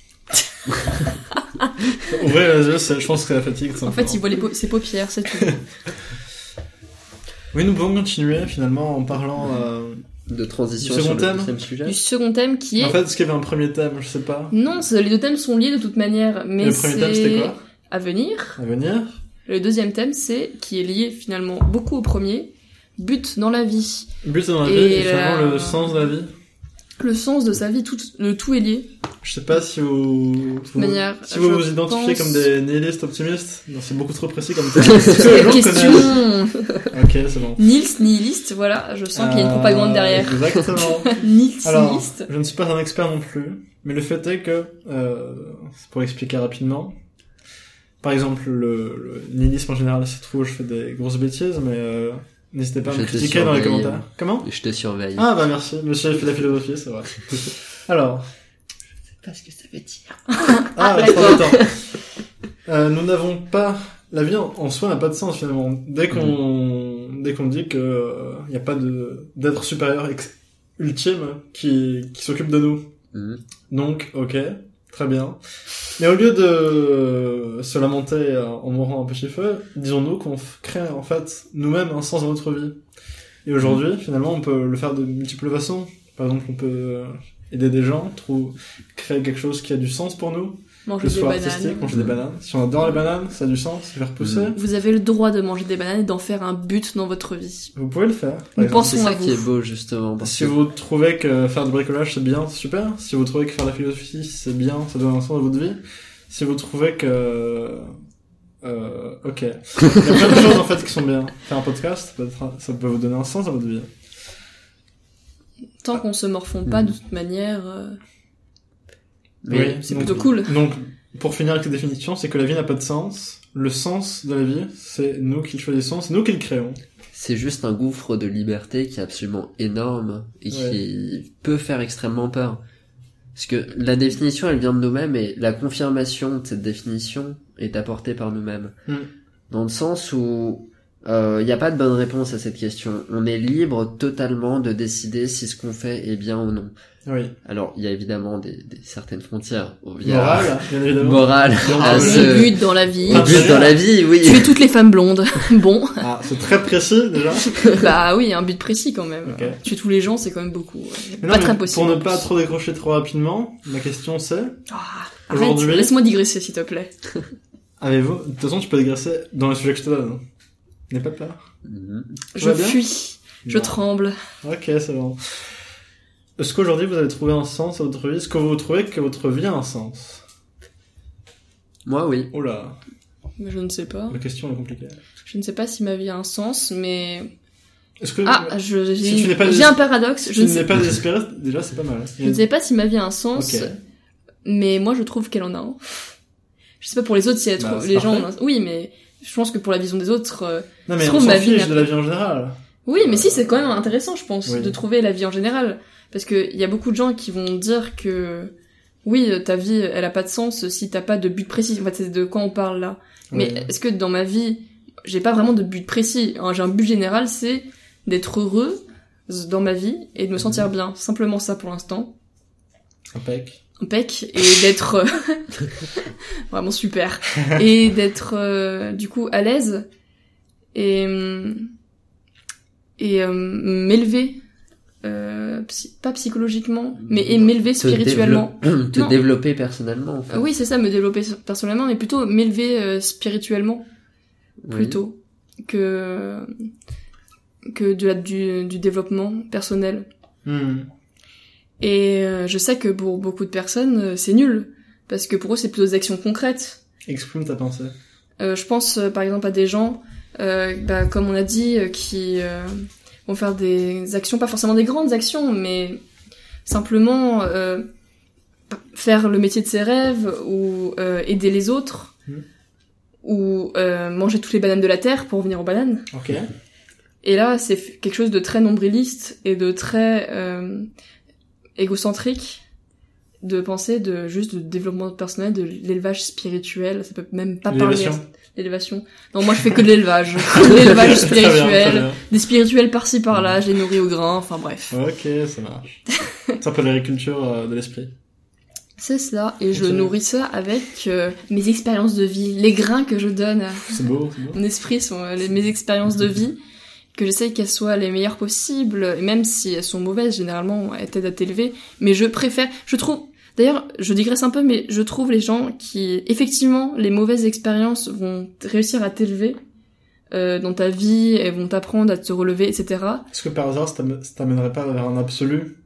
Ouvrir les yeux, je pense que c'est la fatigue. En fait, il voit ses paupières, c'est tout. Oui, nous pouvons continuer finalement en parlant... De transition Du sur second le thème deuxième sujet. Du second thème qui est... En fait, est-ce qu'il y avait un premier thème? Je sais pas. Non, les deux thèmes sont liés de toute manière, mais Et le premier thème, c'était c'est quoi? à venir. À venir? Le deuxième thème, c'est, qui est lié finalement beaucoup au premier, but dans la vie. Le but dans la vie, Et et finalement le sens de la vie. Le sens de sa vie, le tout est lié. Je sais pas si vous... manière, si vous je vous identifiez pense- comme des nihilistes optimistes. Non, c'est beaucoup trop précis comme thème. Quelle question! Ok, c'est bon. Nils, nihiliste, voilà, je sens qu'il y a une propagande derrière. Exactement. Nils, Alors, nihiliste. je ne suis pas un expert non plus, mais le fait est que, c'est pour expliquer rapidement, par exemple, le nihilisme en général, c'est trop, je fais des grosses bêtises, mais n'hésitez pas à Je me te critiquer dans les surveille. commentaires. Comment? Je te surveille. Ah bah merci, monsieur fait de la philosophie, c'est vrai. Alors, Parce que ça veut dire. ah, d'accord. attends. Nous n'avons pas... La vie en soi n'a pas de sens finalement. Dès qu'on dit que y a pas d'être supérieur ultime qui s'occupe de nous. Donc, ok, très bien. Mais au lieu de se lamenter en mourant un petit feu, disons-nous qu'on crée en fait nous-mêmes un sens dans notre vie. Et aujourd'hui, finalement, on peut le faire de multiples façons. Par exemple, on peut aider des gens, créer quelque chose qui a du sens pour nous. Que Manger ce des soit bananes. artistique, manger des bananes. Si on adore les bananes, ça a du sens, se faire pousser. Vous avez le droit de manger des bananes et d'en faire un but dans votre vie. Vous pouvez le faire. par Nous exemple. pensons C'est ça à qui est vous. beau, justement. Parce Si que vous trouvez que faire du bricolage c'est bien, c'est super. Si vous trouvez que faire de la philosophie c'est bien, ça donne un sens à votre vie. Si vous trouvez que... ok. Il y a plein de choses en fait qui sont bien. Faire un podcast, ça peut vous donner un sens à votre vie. Tant qu'on se morfond pas, de toute manière, Mais c'est donc- plutôt cool. Donc, pour finir avec cette définition, c'est que la vie n'a pas de sens. Le sens de la vie, c'est nous qui le choisissons, c'est nous qui le créons. c'est juste un gouffre de liberté qui est absolument énorme et qui peut faire extrêmement peur. Parce que la définition, elle vient de nous-mêmes et la confirmation de cette définition est apportée par nous-mêmes. Dans le sens où il n'y a pas de bonne réponse à cette question. On est libre totalement de décider si ce qu'on fait est bien ou non. Oui. Alors, il y a évidemment des certaines frontières. Morale, bien évidemment. Morale à Ah, ce... Le but dans la vie. Ah, Le but dans la vie, oui. Tuer toutes les femmes blondes. Bon. Ah, c'est très précis, déjà. Bah oui, un but précis quand même. Ok. Tuer tous les gens, c'est quand même beaucoup. Mais Pas non, très mais possible. Pour ne pas trop décrocher trop rapidement, ma question c'est, Ah, arrête, Aujourd'hui- laisse-moi digresser s'il te plaît. avez-vous, de toute façon tu peux digresser dans les sujets que je te donne. N'aie pas peur. Je va bien fuis. Je Non. tremble. Ok, c'est bon. Est-ce qu'aujourd'hui vous avez trouvé un sens à votre vie? Est-ce que vous trouvez que votre vie a un sens? Moi, oui. Oh là, Mais je ne sais pas. la question est compliquée. Je ne sais pas si ma vie a un sens, mais Est-ce que j'ai un paradoxe. Je ne sais pas désespéré, déjà c'est pas mal. Je ne sais pas si ma vie a un sens, Okay. mais moi je trouve qu'elle en a un. Je sais pas pour les autres si elle trouve, les gens. Oui, mais je pense que pour la vision des autres, non mais je on trouve s'en ma vie fiche de la vie en général. Oui, mais si, c'est quand même intéressant, je pense, Oui. de trouver la vie en général. Parce que il y a beaucoup de gens qui vont dire que, oui, ta vie, elle a pas de sens si t'as pas de but précis. En fait, c'est de quoi on parle là. Oui. Mais est-ce que dans ma vie, j'ai pas vraiment de but précis? J'ai un but général, c'est d'être heureux dans ma vie et de me sentir bien. Simplement ça pour l'instant. Impec. Et d'être vraiment super. Et d'être, du coup, à l'aise. Et m'élever pas psychologiquement mais m'élever spirituellement te développer personnellement en fait. Oui, c'est ça, me développer personnellement, mais plutôt m'élever spirituellement plutôt que du développement personnel. Et je sais que pour beaucoup de personnes c'est nul parce que pour eux c'est plutôt des actions concrètes. Exprime ta pensée. Je pense par exemple à des gens comme on a dit, qui vont faire des actions, pas forcément des grandes actions, mais simplement faire le métier de ses rêves, ou aider les autres, ou manger toutes les bananes de la terre pour revenir aux bananes. Ok. Et là, c'est quelque chose de très nombriliste et de très égocentrique, de penser de développement personnel, de l'élevage spirituel, ça peut même pas parler... L'élévation. Non, moi je fais que de l'élevage. L'élevage spirituel, bien. Des spirituels par-ci par-là, je les nourris au grain, enfin bref. Ok, ça marche. C'est un peu l'agriculture de l'esprit. C'est cela, et je nourris ça avec mes expériences de vie, les grains que je donne à mon esprit sont mes expériences de vie, que j'essaye qu'elles soient les meilleures possibles, et même si elles sont mauvaises, généralement elles t'aident à t'élever, mais je trouve... D'ailleurs, je digresse un peu, mais je trouve les gens qui, effectivement, les mauvaises expériences vont réussir à t'élever dans ta vie, elles vont t'apprendre à te relever, etc. Est-ce que par hasard, ça t'amènerait pas vers un absolu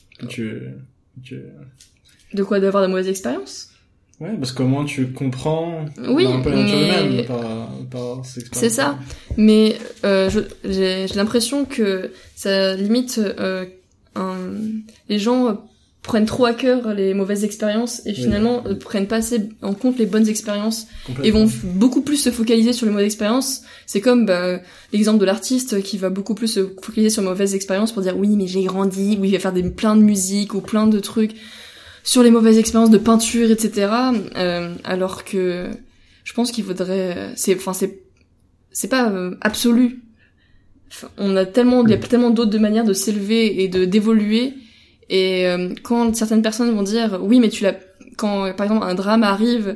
De quoi, d'avoir de mauvaises expériences? Ouais, parce qu'au moins tu comprends un peu la nature humaine par ces expériences. C'est ça, mais j'ai l'impression que ça limite les gens... prennent trop à cœur les mauvaises expériences et finalement prennent pas assez en compte les bonnes expériences et vont beaucoup plus se focaliser sur les mauvaises expériences. C'est comme l'exemple de l'artiste qui va beaucoup plus se focaliser sur les mauvaises expériences pour dire oui mais j'ai grandi, oui il va faire plein de musique ou plein de trucs sur les mauvaises expériences de peinture, etc. Alors que je pense qu'il faudrait... C'est pas absolu. Il y a tellement d'autres manières de s'élever et d'évoluer. Et quand certaines personnes vont dire oui mais quand par exemple un drame arrive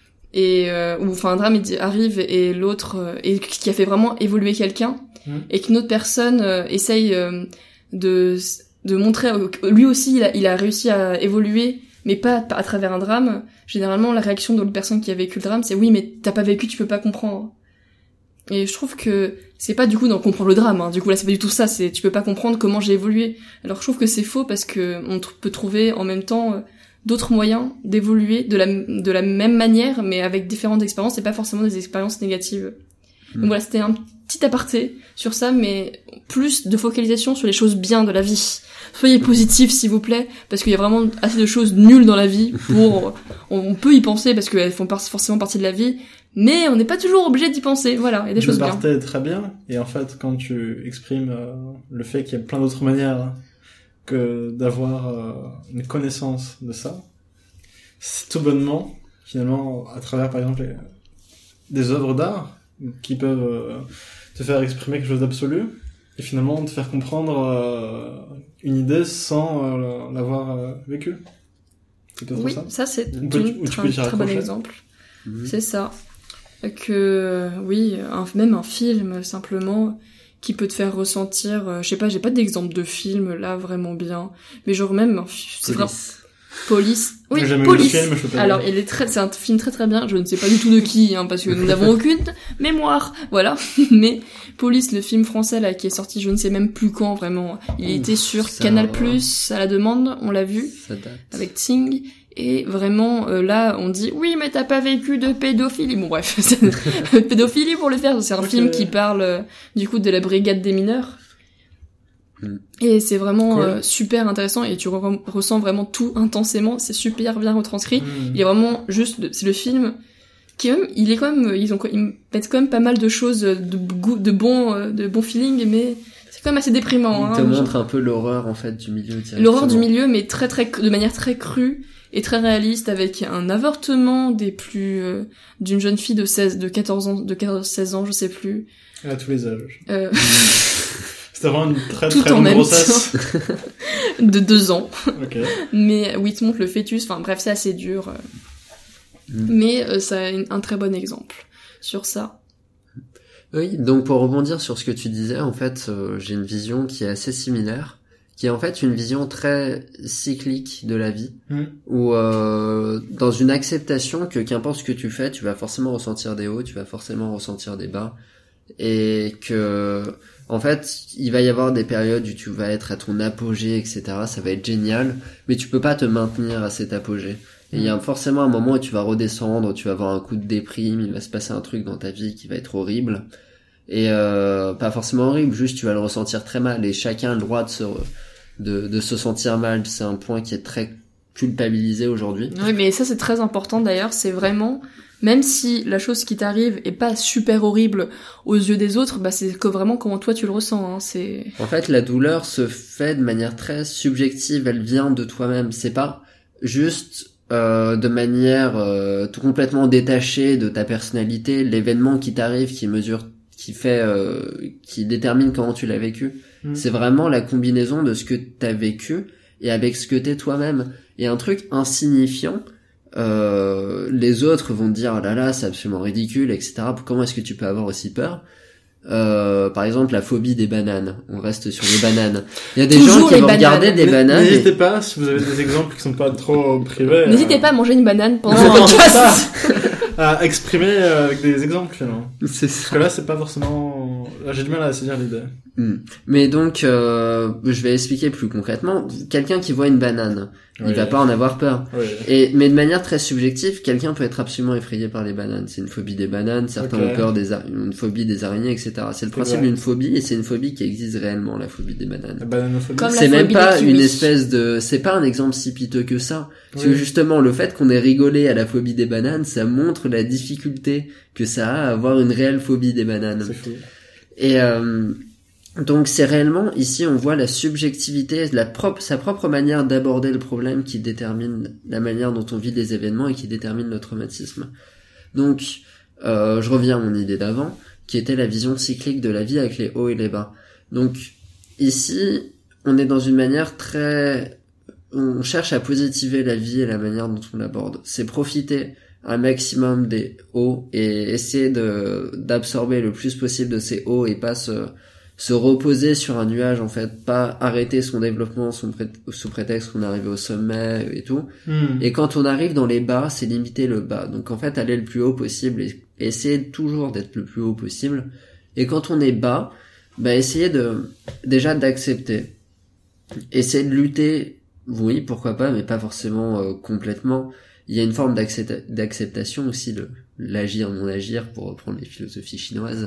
arrive et l'autre et qui a fait vraiment évoluer quelqu'un et qu'une autre personne essaye de montrer lui aussi il a réussi à évoluer mais pas à travers un drame, généralement la réaction de l'autre personne qui a vécu le drame c'est oui mais t'as pas vécu, tu peux pas comprendre. Et je trouve que c'est pas du coup d'en comprendre le drame, hein. Du coup là c'est pas du tout ça, c'est tu peux pas comprendre comment j'ai évolué. Alors je trouve que c'est faux parce que on peut trouver en même temps d'autres moyens d'évoluer de la même manière mais avec différentes expériences et pas forcément des expériences négatives. Donc voilà, c'était un petit aparté sur ça, mais plus de focalisation sur les choses bien de la vie. Soyez positifs s'il vous plaît, parce qu'il y a vraiment assez de choses nulles dans la vie pour on peut y penser parce qu'elles font forcément partie de la vie. Mais on n'est pas toujours obligé d'y penser, voilà, il y a des choses bien. Le party est très bien, et en fait, quand tu exprimes le fait qu'il y a plein d'autres manières que d'avoir une connaissance de ça, c'est tout bonnement, finalement, à travers, par exemple, des œuvres d'art qui peuvent te faire exprimer quelque chose d'absolu, et finalement te faire comprendre une idée sans l'avoir vécue. C'est peut-être oui, ça c'est un très bon exemple. C'est ça. Que oui, même un film simplement qui peut te faire ressentir, je sais pas, j'ai pas d'exemple de film là vraiment bien, mais genre même c'est vraiment Police. Oui, Police. Alors, c'est un film très très bien. Je ne sais pas du tout de qui, hein, parce que nous n'avons aucune mémoire. Voilà. Mais Police, le film français là qui est sorti, je ne sais même plus quand vraiment. Il était sur Canal+ à la demande. On l'a vu avec Tsing. Et vraiment, là, on dit oui, mais t'as pas vécu de pédophilie. Bon bref, pédophilie pour le faire. C'est un film qui parle du coup de la brigade des mineurs. Et c'est vraiment Cool. super intéressant et tu ressens vraiment tout intensément. C'est super bien retranscrit. Il est vraiment c'est le film qui même, il est quand même, ils mettent quand même pas mal de choses de bon feeling, mais c'est quand même assez déprimant. Il te montre un peu l'horreur, en fait, du milieu. L'horreur du milieu, mais de manière très crue et très réaliste, avec un avortement d'une jeune fille de 16 ans, je sais plus. À tous les âges. C'était vraiment une très Tout très en longue même grossesse. de 2 ans. Ok. Mais où il te montre le fœtus, enfin bref, c'est assez dur. Mais ça a un très bon exemple sur ça. Oui, donc pour rebondir sur ce que tu disais, en fait, j'ai une vision qui est assez similaire, qui est en fait une vision très cyclique de la vie, où dans une acceptation que qu'importe ce que tu fais, tu vas forcément ressentir des hauts, tu vas forcément ressentir des bas, et que en fait, il va y avoir des périodes où tu vas être à ton apogée, etc. Ça va être génial, mais tu peux pas te maintenir à cet apogée. Et il y a forcément un moment où tu vas redescendre, tu vas avoir un coup de déprime, il va se passer un truc dans ta vie qui va être horrible. Et pas forcément horrible, juste tu vas le ressentir très mal. Et chacun a le droit de se sentir mal. C'est un point qui est très culpabilisé aujourd'hui. Oui, mais ça c'est très important d'ailleurs, c'est vraiment... Même si la chose qui t'arrive est pas super horrible aux yeux des autres, bah c'est que vraiment comment toi tu le ressens. Hein, c'est... En fait, la douleur se fait de manière très subjective, elle vient de toi-même. C'est pas juste de manière tout complètement détachée de ta personnalité, l'événement qui t'arrive, qui détermine comment tu l'as vécu. C'est vraiment la combinaison de ce que t'as vécu et avec ce que t'es toi-même. Et un truc insignifiant, les autres vont te dire, oh là là, c'est absolument ridicule, etc. Comment est-ce que tu peux avoir aussi peur? Par exemple, la phobie des bananes. On reste sur les bananes. Il y a des gens qui vont regarder des bananes. N'hésitez pas, si vous avez des exemples qui sont pas trop privés. N'hésitez pas à manger une banane pendant Non, le podcast. à exprimer avec des exemples, finalement. C'est Parce ça. que là, c'est pas forcément... Là, j'ai du mal à saisir l'idée. Mais donc, je vais expliquer plus concrètement. Quelqu'un qui voit une banane, il va pas en avoir peur. Oui. Mais de manière très subjective, quelqu'un peut être absolument effrayé par les bananes. C'est une phobie des bananes, certains ont peur une phobie des araignées, etc. C'est le principe d'une phobie, et c'est une phobie qui existe réellement, la phobie des bananes. La bananophobie. Comme C'est la même phobie pas des une kiwis. espèce de... C'est pas un exemple si piteux que ça. Parce que justement, le fait qu'on ait rigolé à la phobie des bananes, ça montre la difficulté que ça a à avoir une réelle phobie des bananes. C'est fou. Et donc c'est réellement, ici on voit la subjectivité, sa propre manière d'aborder le problème qui détermine la manière dont on vit des événements et qui détermine notre traumatisme. Donc je reviens à mon idée d'avant, qui était la vision cyclique de la vie avec les hauts et les bas. Donc ici, on est dans une manière on cherche à positiver la vie et la manière dont on l'aborde. C'est profiter un maximum des hauts et essayer d'absorber le plus possible de ces hauts et pas se reposer sur un nuage, en fait, pas arrêter son développement sous prétexte qu'on est arrivé au sommet et tout. Et quand on arrive dans les bas, c'est limiter le bas. Donc en fait, aller le plus haut possible et essayer toujours d'être le plus haut possible. Et quand on est bas, bah essayer déjà d'accepter. Essayer de lutter, oui, pourquoi pas, mais pas forcément complètement. Il y a une forme d'acceptation aussi, l'agir, non agir, pour reprendre les philosophies chinoises.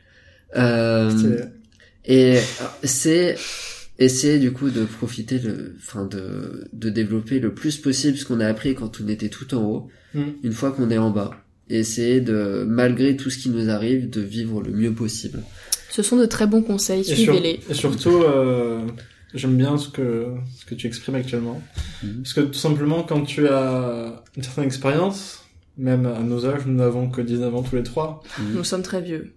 Et c'est essayer du coup de profiter de développer le plus possible ce qu'on a appris quand on était tout en haut, une fois qu'on est en bas. Et essayer malgré tout ce qui nous arrive, de vivre le mieux possible. Ce sont de très bons conseils, suivez-les. Et surtout, j'aime bien ce que tu exprimes actuellement. Parce que tout simplement, quand tu as une certaine expérience, même à nos âges, nous n'avons que 19 ans tous les trois. Nous sommes très vieux.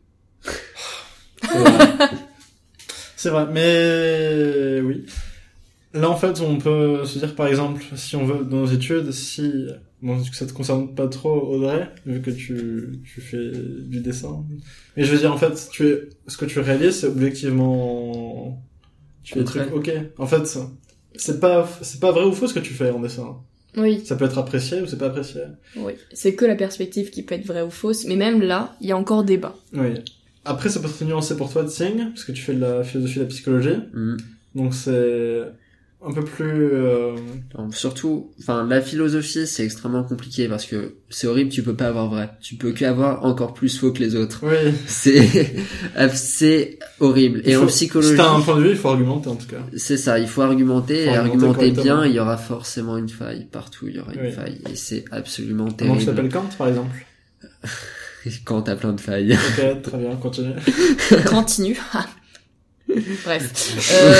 C'est vrai, mais oui. Là, en fait, on peut se dire, par exemple, si on veut, dans nos études, bon, ça te concerne pas trop, Audrey, vu que tu fais du dessin. Mais je veux dire, en fait, ce que tu réalises, c'est objectivement, tu fais des trucs, ok. En fait, c'est pas vrai ou faux ce que tu fais en dessin. Oui. Ça peut être apprécié ou c'est pas apprécié. Oui. C'est que la perspective qui peut être vraie ou fausse, mais même là, il y a encore débat. Oui. Après, ça peut être nuancé pour toi, Tsing, parce que tu fais de la philosophie et de la psychologie. Donc c'est un peu plus surtout, enfin, la philosophie, c'est extrêmement compliqué parce que c'est horrible, tu peux pas avoir vrai. Tu peux qu'avoir encore plus faux que les autres. Oui. C'est horrible. Et en psychologie. Si t'as un point de vue, il faut argumenter, en tout cas. C'est ça, il faut argumenter, et argumenter bien, il y aura forcément une faille. Partout, il y aura une faille. Et c'est absolument terrible. Comment tu t'appelles Kant, par exemple? Quand t'as plein de failles. Ok, très bien, continue. Continue. Bref.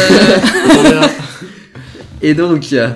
Et donc, et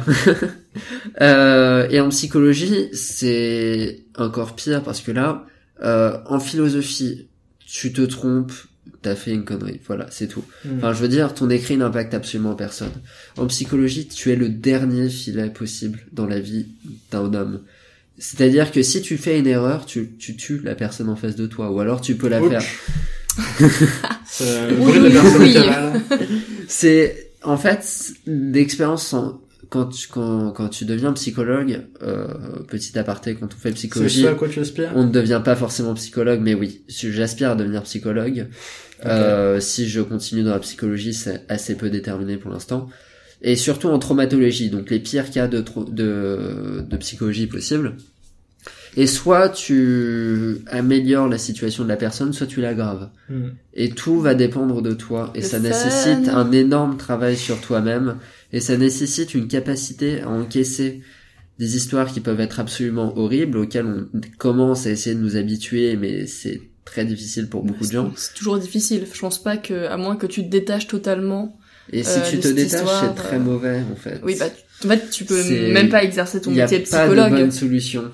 en psychologie, c'est encore pire parce que là, en philosophie, tu te trompes, t'as fait une connerie. Voilà, c'est tout. Enfin, je veux dire, ton écrit n'impacte absolument personne. En psychologie, tu es le dernier filet possible dans la vie d'un homme. C'est-à-dire que si tu fais une erreur, tu tues la personne en face de toi, ou alors tu peux la faire. C'est le bruit de la personne qui a mal. C'est, en fait, d'expérience quand tu deviens psychologue, petit aparté, quand on fait psychologie. C'est ça à quoi tu aspires? On ne devient pas forcément psychologue, mais oui, j'aspire à devenir psychologue. Okay. Si je continue dans la psychologie, c'est assez peu déterminé pour l'instant. Et surtout en traumatologie, donc les pires cas de psychologie possibles. Et soit tu améliores la situation de la personne, soit tu l'aggraves. Et tout va dépendre de toi. Et ça nécessite un énorme travail sur toi-même. Et ça nécessite une capacité à encaisser des histoires qui peuvent être absolument horribles, auxquelles on commence à essayer de nous habituer, mais c'est très difficile pour beaucoup de gens. C'est toujours difficile. Je pense pas que, à moins que tu te détaches totalement. Et si tu te détaches, c'est très mauvais, en fait. Oui, bah, en fait, tu peux même pas exercer ton métier de psychologue. Il n'y a pas de bonne solution.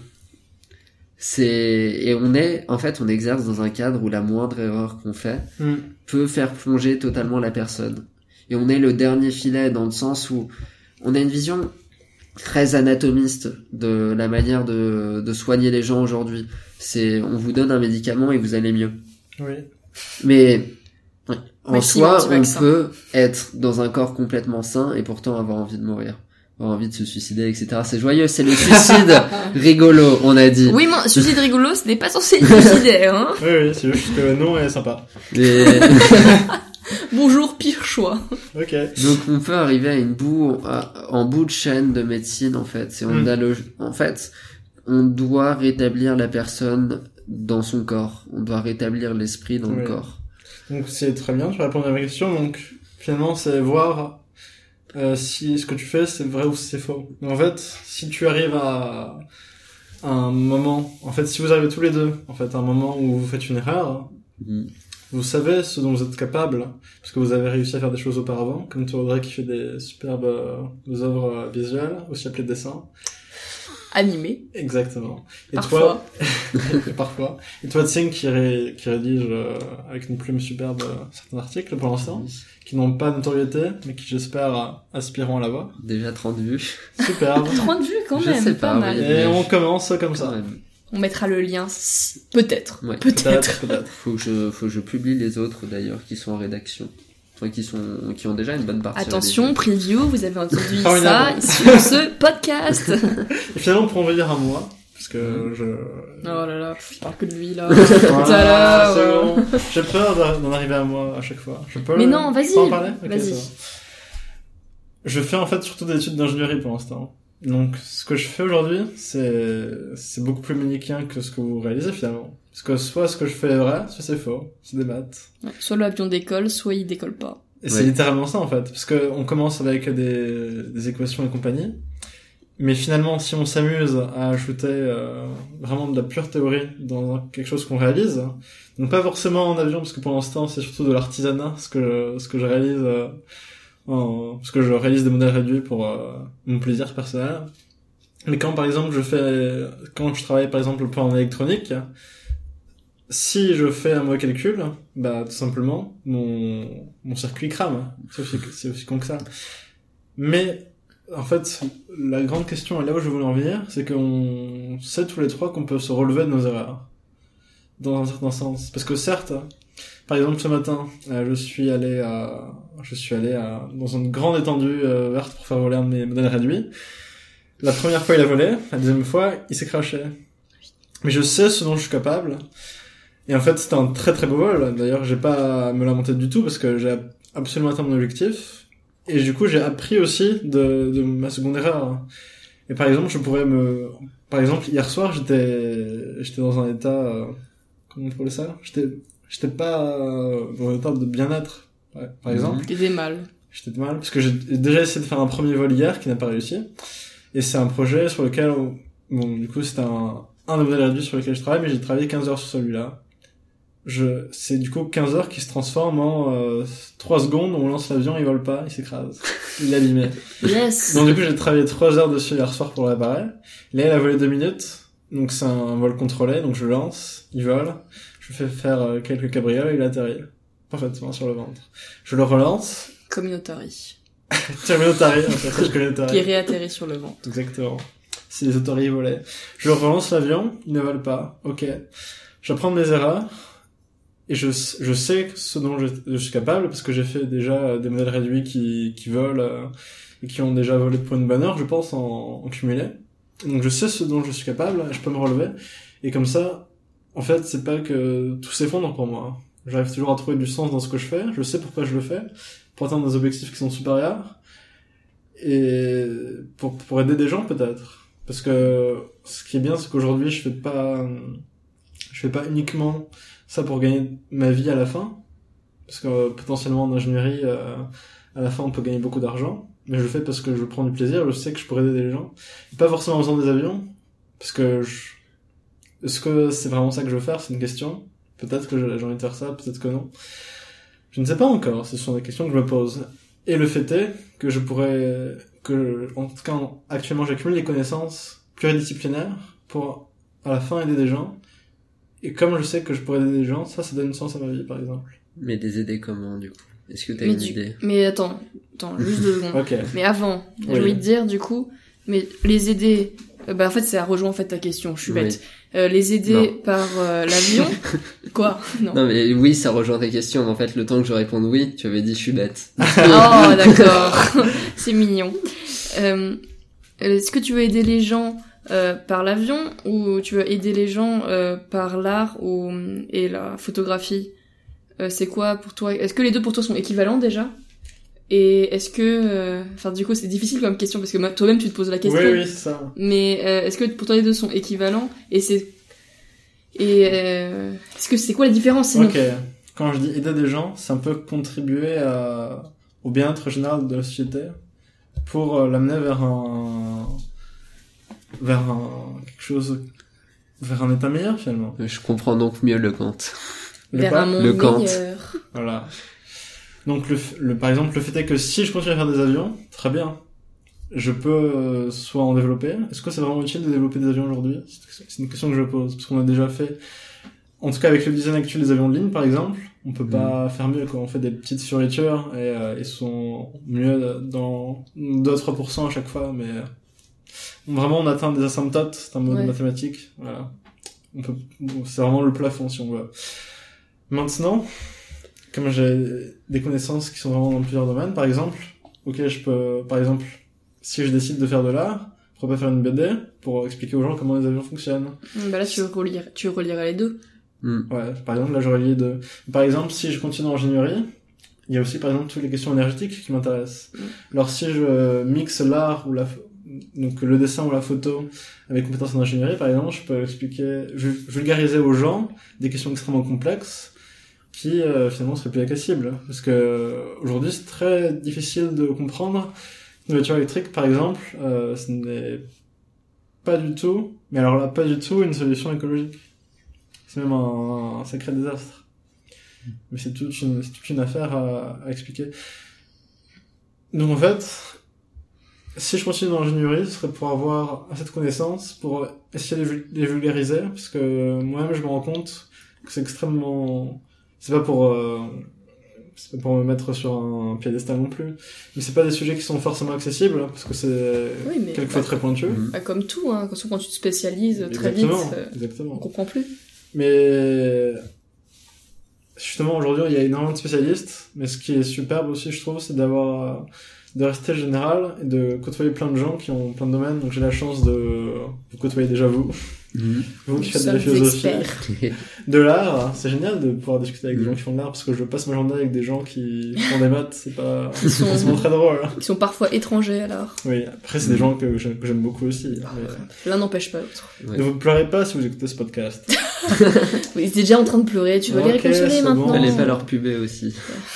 Et on exerce dans un cadre où la moindre erreur qu'on fait peut faire plonger totalement la personne. Et on est le dernier filet dans le sens où on a une vision très anatomiste de la manière de soigner les gens aujourd'hui. On vous donne un médicament et vous allez mieux. Oui. Mais, en soi, on peut être dans un corps complètement sain et pourtant avoir envie de mourir, avoir envie de se suicider, etc. C'est joyeux, c'est le suicide rigolo, on a dit. Oui, mais suicide rigolo, ce n'est pas censé être suicidaire, hein. Oui, c'est juste que le nom est sympa. Bonjour, pire choix. Ok. Donc on peut arriver à en bout de chaîne de médecine, en fait. On doit rétablir la personne dans son corps. On doit rétablir l'esprit dans le corps. Donc c'est très bien, tu réponds à ma question. Donc finalement c'est voir si ce que tu fais c'est vrai ou si c'est faux. Donc, en fait, si tu arrives à un moment, en fait si vous arrivez tous les deux, en fait à un moment où vous faites une erreur, vous savez ce dont vous êtes capable, parce que vous avez réussi à faire des choses auparavant, comme toi Audrey qui fait des superbes œuvres visuelles, aussi appelées dessins. Animé. Exactement. Et parfois. Parfois. Et toi, Tsing, qui rédige avec une plume superbe certains articles pour l'instant, qui n'ont pas de notoriété, mais qui j'espère aspireront à l'avoir. Déjà 30 vues. Superbe. 30 vues quand même. Je sais pas, mal. Et on commence comme ça. Même. On mettra le lien, peut-être. Ouais. Peut-être. Faut que je publie les autres d'ailleurs qui sont en rédaction. Qui ont déjà une bonne partie. Attention, preview, vous avez entendu ça sur ce podcast. Et finalement, on peut en venir à moi, parce que Oh là là, je parle que de lui là. Voilà, c'est bon. J'ai peur d'en arriver à moi à chaque fois. Mais non, vas-y. Pas en parler? Okay, vas-y. Je fais en fait surtout des études d'ingénierie pour l'instant. Donc, ce que je fais aujourd'hui, c'est beaucoup plus manichéen que ce que vous réalisez finalement. Parce que soit ce que je fais est vrai, soit c'est faux. C'est des maths. Ouais, soit l'avion décolle, soit il décolle pas. Et c'est littéralement ça en fait. Parce que on commence avec des équations et compagnie. Mais finalement, si on s'amuse à ajouter vraiment de la pure théorie dans quelque chose qu'on réalise, donc pas forcément en avion, parce que pour l'instant, c'est surtout de l'artisanat, ce que je réalise, parce que je réalise des modèles réduits pour mon plaisir personnel. Mais quand par exemple quand je travaille par exemple en électronique, si je fais un mauvais calcul, bah tout simplement mon circuit crame. C'est aussi con que ça. Mais en fait, la grande question, et là où je voulais en venir, c'est qu'on sait tous les trois qu'on peut se relever de nos erreurs. Dans un certain sens. Parce que certes, par exemple ce matin, je suis allé dans une grande étendue verte pour faire voler un de mes modèles réduits. La première fois il a volé, la deuxième fois il s'est crashé. Mais je sais ce dont je suis capable. Et en fait c'était un très très beau vol. D'ailleurs j'ai pas à me lamenter du tout parce que j'ai absolument atteint mon objectif. Et du coup, j'ai appris aussi de ma seconde erreur. Et par exemple, par exemple, hier soir, j'étais dans un état, comment on appelle ça? J'étais pas dans un état de bien-être, par exemple. T'étais mal. J'étais mal, parce que j'ai déjà essayé de faire un premier vol hier qui n'a pas réussi. Et c'est un projet sur lequel, bon, du coup, c'était un des modèles réduits sur lequel je travaille, mais j'ai travaillé 15 heures sur celui-là. C'est du coup 15 heures qui se transforment en 3 secondes où on lance l'avion, il vole pas, il s'écrase. Il est abîmé. Yes. Donc du coup, j'ai travaillé 3 heures dessus hier soir pour le réparer. Là, il a volé 2 minutes. Donc c'est un vol contrôlé, donc je lance, il vole. Je fais faire quelques cabrioles et il atterrit. Parfaitement sur le ventre. Je le relance. Communautari. Terminotari, un personnage communautari. Qui réatterrit sur le ventre. Exactement. Si les autorités volaient. Je relance l'avion, il ne vole pas. Ok. J'apprends de mes erreurs. Et je sais ce dont je suis capable, parce que j'ai fait déjà des modèles réduits qui volent, et qui ont déjà volé pour une bonne heure, je pense, en cumulé. Donc je sais ce dont je suis capable, je peux me relever. Et comme ça, en fait, c'est pas que tout s'effondre pour moi. J'arrive toujours à trouver du sens dans ce que je fais, je sais pourquoi je le fais, pour atteindre des objectifs qui sont supérieurs, et pour aider des gens peut-être. Parce que ce qui est bien, c'est qu'aujourd'hui, je fais pas uniquement ça pour gagner ma vie à la fin, parce que potentiellement en ingénierie, à la fin on peut gagner beaucoup d'argent, mais je le fais parce que je prends du plaisir, je sais que je pourrais aider les gens, et pas forcément en faisant des avions, parce que est-ce que c'est vraiment ça que je veux faire, c'est une question, peut-être que j'ai envie de faire ça, peut-être que non, je ne sais pas encore, ce sont des questions que je me pose, et le fait est que en tout cas actuellement j'accumule des connaissances pluridisciplinaires pour à la fin aider des gens. Et comme je sais que je pourrais aider des gens, ça donne sens à ma vie, par exemple. Mais des aider comment, du coup? Est-ce que t'as une idée? Mais attends, juste 2 secondes. Ok. Mais avant, j'ai envie de dire, du coup, mais les aider, en fait, ça rejoint, en fait, ta question, je suis bête. Les aider par l'avion? Quoi? Non, mais oui, ça rejoint ta question, mais en fait, le temps que je réponde oui, tu avais dit je suis bête. Oh, d'accord. C'est mignon. Est-ce que tu veux aider les gens par l'avion, ou tu veux aider les gens par l'art et la photographie? C'est quoi pour toi? Est-ce que les deux pour toi sont équivalents déjà? Et est-ce que... du coup, c'est difficile comme question, parce que toi-même tu te poses la question. Oui, c'est ça. Mais est-ce que pour toi les deux sont équivalents? Est-ce que c'est quoi la différence sinon? Ok. Quand je dis aider des gens, c'est un peu contribuer au bien-être général de la société pour l'amener vers un état meilleur finalement. Je comprends donc mieux le Kant. Vers un monde meilleur. Voilà. Donc par exemple, le fait est que si je continue à faire des avions, très bien. Je peux soit en développer. Est-ce que c'est vraiment utile de développer des avions aujourd'hui? C'est une question que je pose, parce qu'on a déjà fait, en tout cas avec le design actuel des avions de ligne par exemple, on peut pas faire mieux quoi. On fait des petites fioritures et ils sont mieux dans 2-3% à chaque fois, mais vraiment on atteint des asymptotes, c'est un mot mathématique. Voilà. C'est vraiment le plafond si on veut. Maintenant, comme j'ai des connaissances qui sont vraiment dans plusieurs domaines, par exemple, si je décide de faire de l'art, pourquoi pas faire une BD pour expliquer aux gens comment les avions fonctionnent. Là, tu relierais les deux. Ouais, par exemple, là, je relie les deux. Par exemple, si je continue en ingénierie, il y a aussi, par exemple, toutes les questions énergétiques qui m'intéressent. Alors, si je mixe l'art ou donc le dessin ou la photo avec compétences en ingénierie, par exemple, je peux vulgariser aux gens des questions extrêmement complexes qui, finalement, seraient plus accessibles. Parce que, aujourd'hui, c'est très difficile de comprendre. Une voiture électrique, par exemple, ce n'est pas du tout, mais alors là, pas du tout une solution écologique. C'est même un sacré désastre. Mais c'est toute une affaire à expliquer. Donc en fait, si je continue dans l'ingénierie, ce serait pour avoir assez de connaissances, pour essayer de les vulgariser, parce que moi-même je me rends compte que c'est extrêmement... C'est pas pour me mettre sur un piédestal non plus, mais c'est pas des sujets qui sont forcément accessibles, parce que c'est quelquefois très pointu. Comme tout, hein, quand tu te spécialises très vite, on comprend plus. Mais justement aujourd'hui il y a énormément de spécialistes, mais ce qui est superbe aussi je trouve c'est d'avoir de rester général et de côtoyer plein de gens qui ont plein de domaines. Donc j'ai la chance de vous côtoyer déjà vous. Vous qui faites de la philosophie, de l'art, c'est génial de pouvoir discuter avec des gens qui font de l'art parce que je passe ma journée avec des gens qui font des maths, c'est pas forcément très drôle. Ils sont parfois étrangers à l'art. Oui, après c'est des gens que j'aime beaucoup aussi. Mais... L'un n'empêche pas l'autre. Ouais. Ne vous pleurez pas si vous écoutez ce podcast. Oui, ils étaient déjà en train de pleurer, tu vas les réconsoler maintenant. Bon. Allez pas leur puber aussi.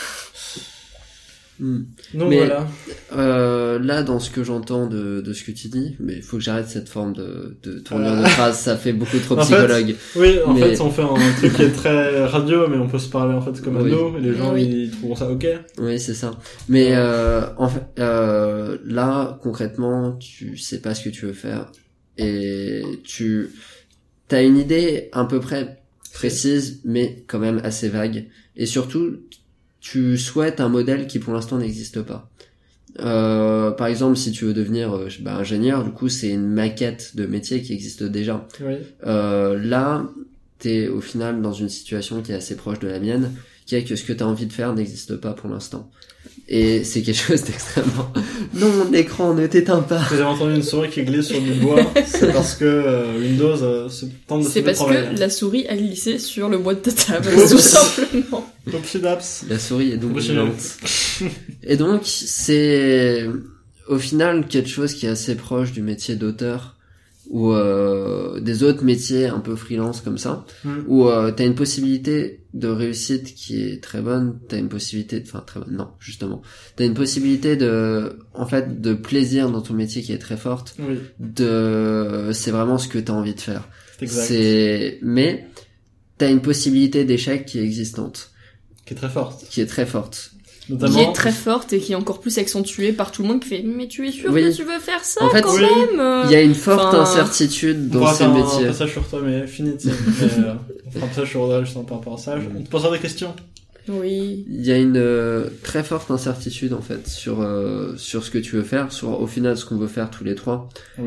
Donc mais voilà. Là, dans ce que j'entends de ce que tu dis, mais il faut que j'arrête cette forme de tournure de phrase, ça fait beaucoup trop psychologue. En fait, on fait un truc qui est très radio, mais on peut se parler en fait comme ado, et les gens ils trouveront ça ok. Oui, c'est ça. Mais en fait, là, concrètement, tu sais pas ce que tu veux faire, et t'as une idée à peu près précise, mais quand même assez vague, et surtout tu souhaites un modèle qui pour l'instant n'existe pas. Par exemple, si tu veux devenir ingénieur, du coup c'est une maquette de métier qui existe déjà. Oui. Là, t'es au final dans une situation qui est assez proche de la mienne, qui est que ce que t'as envie de faire n'existe pas pour l'instant. Et c'est quelque chose d'extrêmement... Non, mon écran, ne t'éteins pas. Vous avez entendu une souris qui glisse sur du bois, c'est parce que Windows se tente de se parce que la souris a glissé sur le bois de ta table, tout simplement. La souris est donc vivante. Et donc, c'est au final quelque chose qui est assez proche du métier d'auteur, ou des autres métiers un peu freelance comme ça, où t'as une possibilité de réussite qui est très bonne, t'as une possibilité t'as une possibilité de plaisir dans ton métier qui est très forte. Oui. C'est vraiment ce que t'as envie de faire. Exact. Mais t'as une possibilité d'échec qui est existante. Qui est très forte. Notamment... Qui est très forte et qui est encore plus accentuée par tout le monde qui fait mais tu es sûr que tu veux faire ça en fait, quand même. Il y a une forte incertitude dans ces métiers. On va un passage sur toi mais fini. On fera un passage sur Audrey juste par rapport à ça. On te posera des questions. Oui. Il y a une très forte incertitude en fait sur ce que tu veux faire, sur au final ce qu'on veut faire tous les trois. Oui.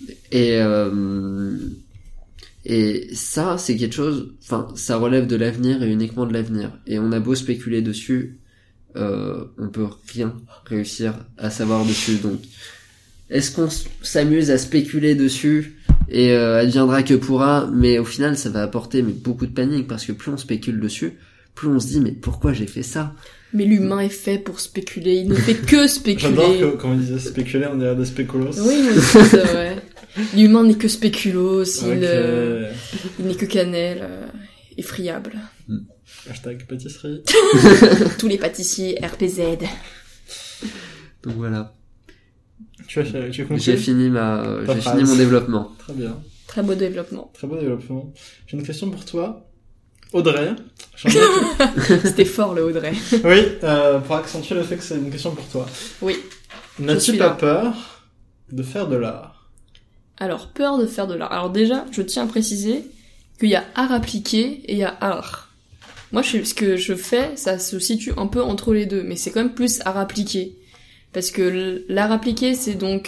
Et ça c'est quelque chose, ça relève de l'avenir et uniquement de l'avenir. Et on a beau spéculer dessus, on peut rien réussir à savoir dessus. Donc est-ce qu'on s'amuse à spéculer dessus et adviendra que pourra, mais au final ça va apporter beaucoup de panique, parce que plus on spécule dessus, plus on se dit mais pourquoi j'ai fait ça. Mais l'humain est fait pour spéculer, il ne fait que spéculer. J'adore que quand on disait spéculer, on dirait des spéculos. Oui, c'est vrai. L'humain n'est que spéculos, il n'est que cannelle, effriable. Hashtag pâtisserie. Tous les pâtissiers RPZ. Donc voilà. Tu conclus ? J'ai fini mon développement. Très bien. Très beau développement. J'ai une question pour toi. Audrey. C'était fort le Audrey. Oui, pour accentuer le fait que c'est une question pour toi. Oui. N'as-tu pas peur de faire de l'art ? Alors, peur de faire de l'art. Alors déjà, je tiens à préciser qu'il y a art appliqué et il y a art. Moi, ce que je fais, ça se situe un peu entre les deux, mais c'est quand même plus art appliqué. Parce que l'art appliqué, c'est donc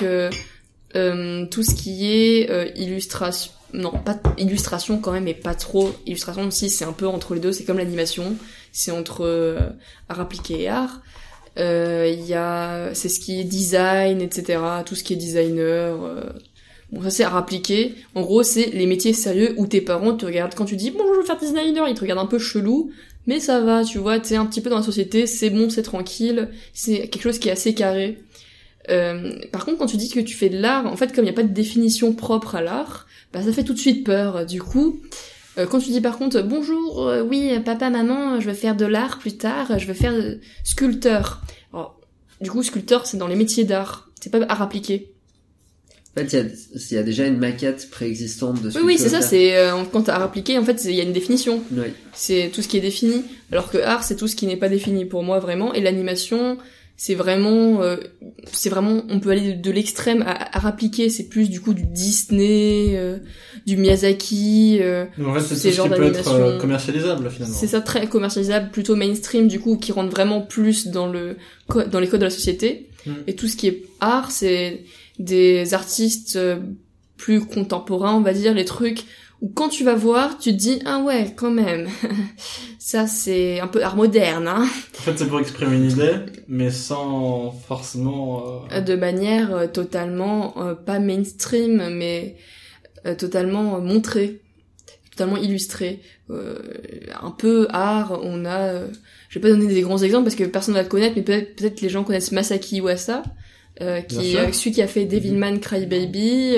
tout ce qui est illustration. Non, pas illustration quand même, mais pas trop. Illustration aussi, c'est un peu entre les deux, c'est comme l'animation. C'est entre art appliqué et art. C'est ce qui est design, etc. Tout ce qui est designer... Bon, ça c'est art appliqué. En gros, c'est les métiers sérieux où tes parents te regardent quand tu dis bonjour, je veux faire designer, ils te regardent un peu chelou, mais ça va, tu vois, t'es un petit peu dans la société, c'est bon, c'est tranquille, c'est quelque chose qui est assez carré. Par contre, quand tu dis que tu fais de l'art, en fait, comme il n'y a pas de définition propre à l'art, bah ça fait tout de suite peur. Du coup, quand tu dis par contre bonjour, oui, papa, maman, je veux faire de l'art plus tard, je veux faire sculpteur. Alors, du coup, sculpteur, c'est dans les métiers d'art, c'est pas art appliqué. En fait, il y a déjà une maquette préexistante de ce que oui, tu c'est veux ça, faire. c'est quand t'as art appliqué, en fait, il y a une définition. Oui. C'est tout ce qui est défini, alors que art, c'est tout ce qui n'est pas défini pour moi vraiment, et l'animation, c'est vraiment, on peut aller de l'extrême à art appliqué, c'est plus du coup du Disney, du Miyazaki, en fait, c'est tout ce qui peut être commercialisable finalement. C'est ça, très commercialisable, plutôt mainstream du coup, qui rentre vraiment plus dans les codes de la société. Et tout ce qui est art, c'est des artistes plus contemporains, on va dire, les trucs où quand tu vas voir, tu te dis ah ouais, quand même, ça c'est un peu art moderne, hein. En fait, c'est pour exprimer une idée, mais sans forcément... De manière totalement pas mainstream, mais totalement montrée, totalement illustrée. Un peu art, on a... je vais pas donner des grands exemples parce que personne va le connaître, mais peut-être les gens connaissent Masaki Iwasa, celui qui a fait Devilman Crybaby,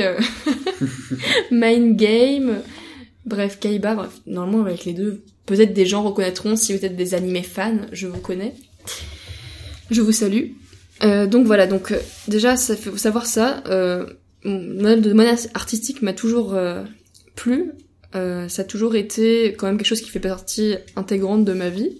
Mind Game, bref, Kaiba, bref, normalement avec les deux, peut-être des gens reconnaîtront, si vous êtes des animés fans, je vous connais. Je vous salue. Donc voilà, déjà, ça faut savoir ça, mon modèle de monnaie artistique m'a toujours plu, ça a toujours été quand même quelque chose qui fait partie intégrante de ma vie.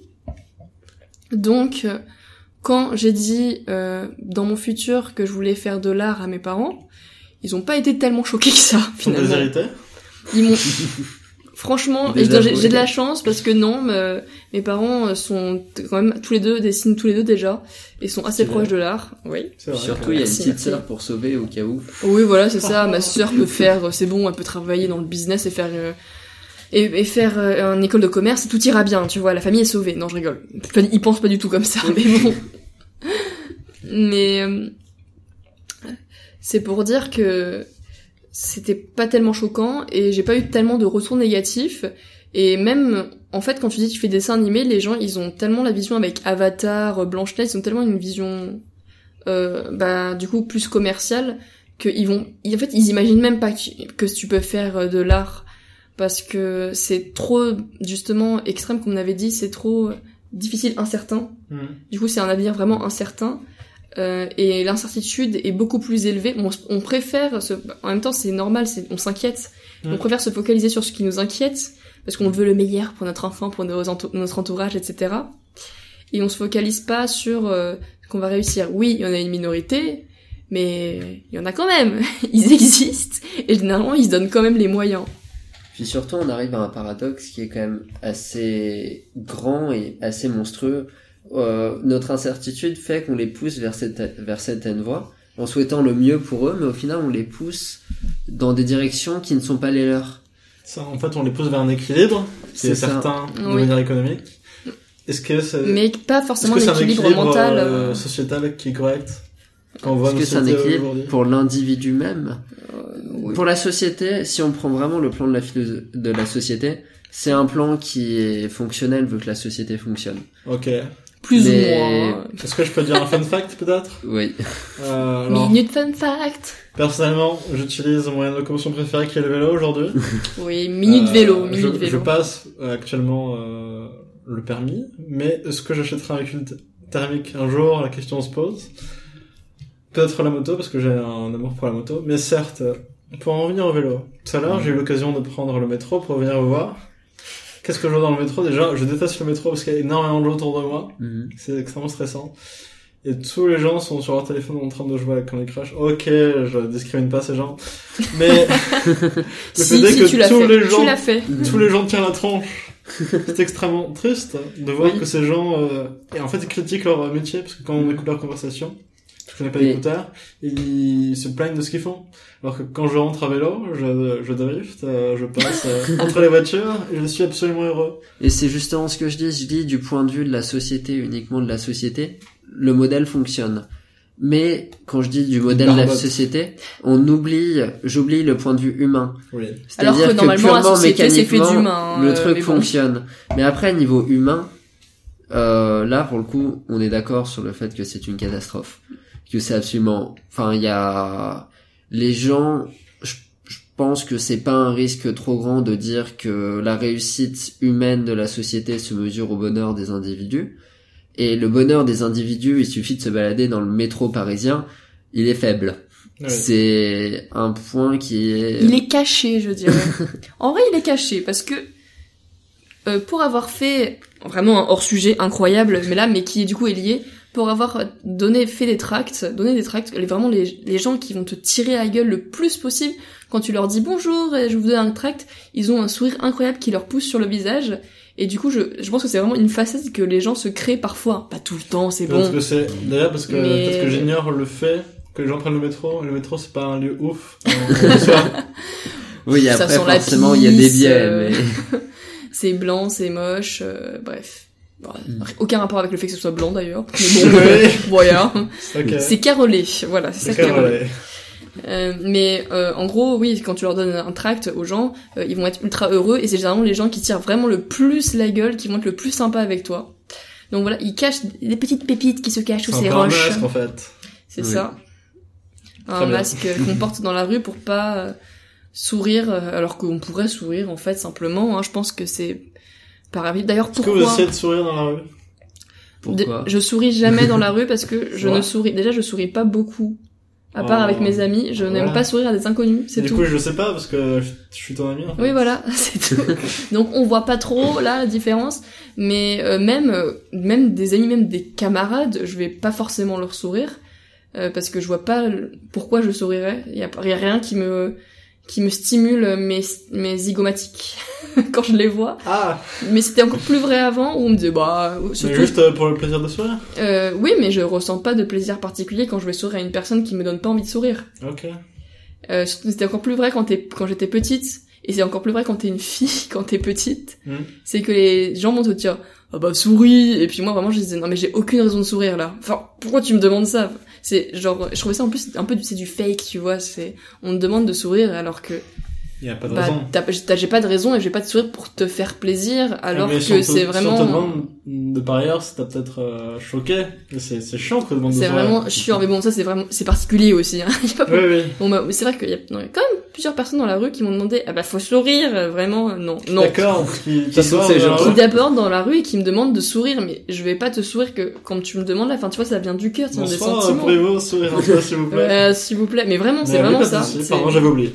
Donc, quand j'ai dit dans mon futur que je voulais faire de l'art à mes parents, ils ont pas été tellement choqués que ça, finalement. Ton désirité ? Ils m'ont... Franchement, j'ai de la chance parce que non, mes parents sont quand même dessinent tous les deux déjà et sont assez proches de l'art. Oui. Surtout, il y a une petite sœur pour sauver au cas où. Oui, voilà, c'est ça. Ma sœur peut faire, c'est bon, elle peut travailler dans le business et faire faire une école de commerce, et tout ira bien, tu vois, la famille est sauvée. Non, je rigole. Ils pensent pas du tout comme ça, mais bon. Mais c'est pour dire que c'était pas tellement choquant et j'ai pas eu tellement de retours négatifs. Et même, en fait, quand tu dis que tu fais des dessins animés, les gens, ils ont tellement la vision avec Avatar, Blanche-Neige, ils ont tellement une vision, du coup, plus commerciale, en fait, ils imaginent même pas que tu peux faire de l'art. Parce que c'est trop, justement, extrême, comme on avait dit, c'est trop difficile, incertain. Du coup, c'est un avenir vraiment incertain. Et l'incertitude est beaucoup plus élevée. On préfère en même temps, c'est normal, on s'inquiète. On préfère se focaliser sur ce qui nous inquiète, parce qu'on veut le meilleur pour notre enfant, pour notre entourage, etc. Et on se focalise pas sur qu'on va réussir. Oui, il y en a une minorité, mais il y en a quand même. Ils existent, et généralement, ils se donnent quand même les moyens. Puis surtout, on arrive à un paradoxe qui est quand même assez grand et assez monstrueux. Notre incertitude fait qu'on les pousse vers certaines voies, en souhaitant le mieux pour eux, mais au final, on les pousse dans des directions qui ne sont pas les leurs. Ça, en fait, on les pousse vers un équilibre, qui est certain de manière économique. Mais pas forcément l'équilibre mental. Sociétal qui est correct. Quand on voit est-ce que c'est un équilibre pour l'individu même? Oui. Pour la société, si on prend vraiment le plan de la société, c'est un plan qui est fonctionnel vu que la société fonctionne. Ok. Plus ou moins. Est-ce que je peux dire un fun fact peut-être? Oui. Minute fun fact. Personnellement, j'utilise mon moyen de locomotion préféré qui est le vélo aujourd'hui. Oui, minute vélo. Je passe actuellement le permis, mais est-ce que j'achèterai un véhicule thermique un jour? La question se pose. Peut-être la moto, parce que j'ai un amour pour la moto, mais certes, pour en revenir au vélo. Tout à l'heure, j'ai eu l'occasion de prendre le métro pour venir vous voir. Qu'est-ce que je vois dans le métro? Déjà, je déteste le métro parce qu'il y a énormément de gens autour de moi. C'est extrêmement stressant. Et tous les gens sont sur leur téléphone en train de jouer avec Candy Crush. Ok, je discrimine pas ces gens. Mais, le fait est que tous les gens tiennent la tronche. C'est extrêmement triste de voir que ces gens, et en fait, ils critiquent leur métier parce que quand on écoute leur conversation, je connais pas d'écouteurs, ils se plaignent de ce qu'ils font. Alors que quand je rentre à vélo, je drift, je passe entre les voitures et je suis absolument heureux. Et c'est justement ce que je dis du point de vue de la société, uniquement de la société, le modèle fonctionne. Mais quand je dis du modèle de la société, j'oublie le point de vue humain. Oui. C'est-à-dire alors que normalement, purement la société, c'est fait mécaniquement, d'humain, le truc fonctionne. Mais après, niveau humain, là, pour le coup, on est d'accord sur le fait que c'est une catastrophe. Que c'est absolument, il y a les gens, je pense que c'est pas un risque trop grand de dire que la réussite humaine de la société se mesure au bonheur des individus. Et le bonheur des individus, il suffit de se balader dans le métro parisien, il est faible. Oui. C'est un point qui est... Il est caché, je dirais. En vrai, il est caché, parce que pour avoir fait vraiment un hors-sujet incroyable, mais qui du coup est lié, pour avoir donné des tracts, vraiment les gens qui vont te tirer la gueule le plus possible, quand tu leur dis bonjour et je vous donne un tract, ils ont un sourire incroyable qui leur pousse sur le visage. Et du coup, je pense que c'est vraiment une facette que les gens se créent parfois. Pas tout le temps, c'est bon. D'ailleurs, peut-être que j'ignore le fait que les gens prennent le métro c'est pas un lieu ouf. Oui, ça après, sent la forcément, il y a des pisse, biais, mais... c'est blanc, c'est moche, bref. Bon, Mm. aucun rapport avec le fait que ce soit blanc d'ailleurs. Mais bon, Ouais. voilà. Ok. C'est carrelé, voilà, c'est ça D'accord, carrelé. ouais. Mais en gros, oui, quand tu leur donnes un tract aux gens, ils vont être ultra heureux et c'est généralement les gens qui tirent vraiment le plus la gueule, qui vont être le plus sympas avec toi. Donc voilà, ils cachent des petites pépites qui se cachent sous C'est un ces peu un roches. masque, en fait. C'est Oui. ça. Très Un bien. masque qu'on porte dans la rue pour pas sourire, alors qu'on pourrait sourire en fait simplement. Hein. Je pense que c'est par habitude. D'ailleurs, Est-ce que vous pourquoi essayez de sourire dans la rue? Pourquoi? Je souris jamais dans la rue parce que je Ouais. ne souris. Déjà, je souris pas beaucoup. À part Oh. avec mes amis, je n'aime Voilà. pas sourire à des inconnus, c'est Du tout. coup, je sais pas, parce que je suis ton ami, en fait. Oui, voilà, c'est tout. Donc on voit pas trop là la différence, mais même des amis, même des camarades, je vais pas forcément leur sourire parce que je vois pas pourquoi je sourirais. Il y a rien qui me stimule mes zygomatiques quand je les vois. Ah! Mais c'était encore plus vrai avant où on me disait bah Mais surtout juste pour le plaisir de sourire? oui, mais je ressens pas de plaisir particulier quand je vais sourire à une personne qui me donne pas envie de sourire. Ok. C'était encore plus vrai quand j'étais petite, et c'est encore plus vrai quand t'es une fille, quand t'es petite. Mm. C'est que les gens vont te dire ah bah souris, et puis moi vraiment je disais non mais j'ai aucune raison de sourire là. Enfin pourquoi tu me demandes ça? C'est genre je trouvais ça en plus un peu c'est du fake, tu vois. C'est on te demande de sourire alors que Il y a pas de bah raison. j'ai pas de raison et je vais pas te sourire pour te faire plaisir alors Mais que si on te- c'est Si vraiment on te demande de par ailleurs, ça t'a peut-être choqué. Mais c'est chiant qu'on te demande de c'est sourire. vraiment chiant, mais bon ça c'est particulier aussi. Hein. Y a pas Oui, oui. Bon bah c'est vrai qu'il y a quand même plusieurs personnes dans la rue qui m'ont demandé ah bah faut sourire vraiment non. D'accord. Qui sont ces gens? Qui d'abord dans la rue et qui me demandent de sourire, mais je vais pas te sourire que quand tu me demandes la fin, tu vois ça vient du cœur, ça vient des Bonsoir, sentiments. pourriez-vous sourire un peu, s'il vous plaît? S'il vous plaît, mais vraiment c'est Mais vraiment pas de ça. souci. C'est- Pardon, j'avais oublié.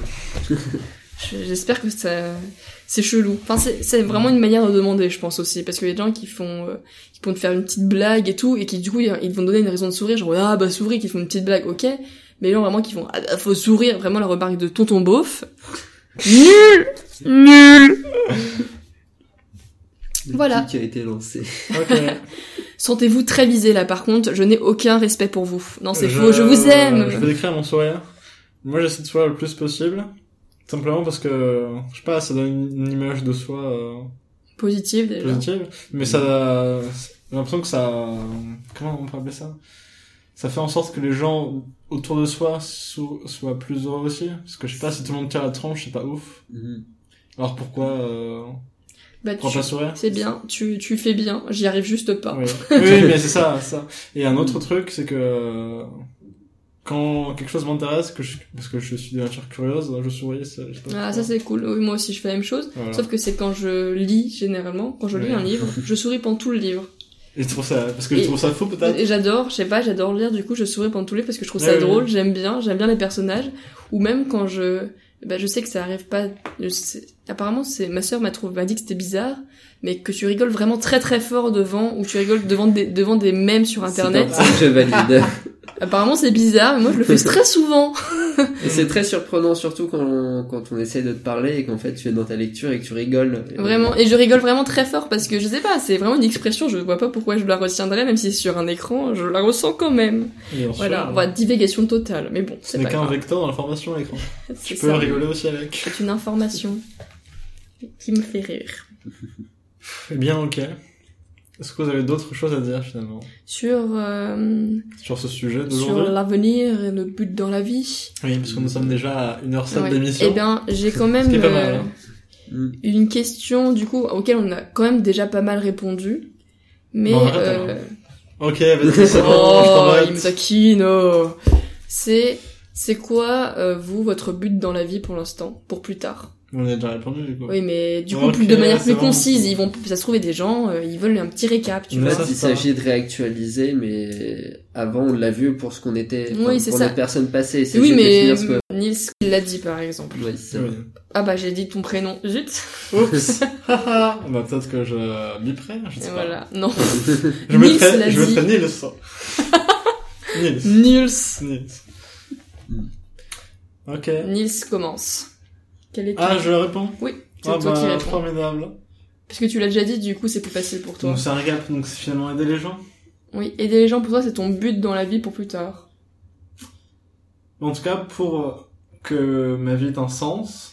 J'espère que ça c'est chelou. Enfin c'est vraiment une manière de demander, je pense aussi, parce que les gens qui vont te faire une petite blague et tout et qui du coup ils vont te donner une raison de sourire, genre ah bah souris, qui font une petite blague, ok. Mais les gens vraiment qui font ah, faut sourire, vraiment la remarque de tonton beauf. Nul. Voilà. Qui a été lancé. Ok. Sentez-vous très visé là par contre, je n'ai aucun respect pour vous. Non c'est faux, je vous aime. Je vais décrire mon sourire. Moi, j'essaie de sourire le plus possible. Simplement parce que, je sais pas, ça donne une image de soi Positive déjà. positive. Mais ça, j'ai l'impression que ça, comment on peut appeler ça? Ça fait en sorte que les gens autour de soi soient plus heureux aussi. Parce que je sais pas, si tout le monde tire la tronche, c'est pas ouf. Alors pourquoi Bah, pas sourire? c'est bien, tu fais bien, j'y arrive juste pas. Oui, oui, mais c'est ça. Et un autre truc, c'est que quand quelque chose m'intéresse, parce que je suis de nature curieuse, je souris. Ah ça c'est cool, oui, moi aussi je fais la même chose. Voilà. Sauf que c'est quand je lis généralement, quand je lis Ouais. un livre, je souris pendant tout le livre. Et tu trouves ça, parce que tu Et- trouves ça faux peut-être? Et j'adore, je sais pas, j'adore lire, du coup je souris pendant tout le livre parce que je trouve ça Ouais, drôle, ouais. j'aime bien les personnages. Ou même quand je sais que ça arrive pas, apparemment ma sœur m'a dit que c'était bizarre, mais que tu rigoles vraiment très très fort devant, ou tu rigoles devant des mèmes sur internet. Je valide. Apparemment c'est bizarre, mais moi je le fais très souvent. Et c'est très surprenant, surtout quand on essaie de te parler et qu'en fait tu es dans ta lecture et que tu rigoles. Vraiment, et je rigole vraiment très fort parce que je sais pas, c'est vraiment une expression, je vois pas pourquoi je la retiendrais, même si c'est sur un écran, je la ressens quand même. Bien Voilà, sûr. voilà, divagation totale, mais bon, Ce c'est n'est pas qu'un grave. vecteur dans l'information à l'écran. C'est Tu peux ça. rigoler aussi avec. C'est une information qui me fait rire. Eh bien, ok. Est-ce que vous avez d'autres choses à dire finalement Sur sur ce sujet sur d'aujourd'hui? l'avenir et le but dans la vie. Oui, parce que nous sommes déjà à 1h07 Ouais. d'émission. Eh bien, j'ai quand même Ce qui est pas mal, hein. une question du coup auquel on a quand même déjà pas mal répondu, mais Bon, arrête, alors. Ok, vas-y, c'est bon, oh, je il me t'embête. taquine. Oh. C'est quoi vous votre but dans la vie pour l'instant, pour plus tard? On a déjà répondu du coup. Oui, mais du coup Ok, plus de manière c'est plus bon. concise. Ça se trouve des gens, ils veulent un petit récap, tu En Mais vois. ça, fait, il c'est pas- s'agit de réactualiser, mais avant on l'a vu pour ce qu'on était, Oui, enfin, c'est pour ça. notre personne passée. C'est Oui, juste mais définir ce que... Nils il l'a dit par exemple. Oui, c'est Oui. vrai. Ah bah j'ai dit ton prénom, zut. Oups. Bah peut-être que je biperai, je Et sais pas. voilà, non. Je Nils mettrai, l'a je dit. mettrai Nils. Nils. Nils. Nils. Ok. Nils commence. Quel est ton... Ah, je réponds? Oui, c'est Ah toi qui bah, réponds. formidable. Parce que tu l'as déjà dit, du coup c'est plus facile pour toi. Donc c'est un récap, donc c'est finalement aider les gens. Oui, aider les gens pour toi c'est ton but dans la vie pour plus tard. En tout cas, pour que ma vie ait un sens,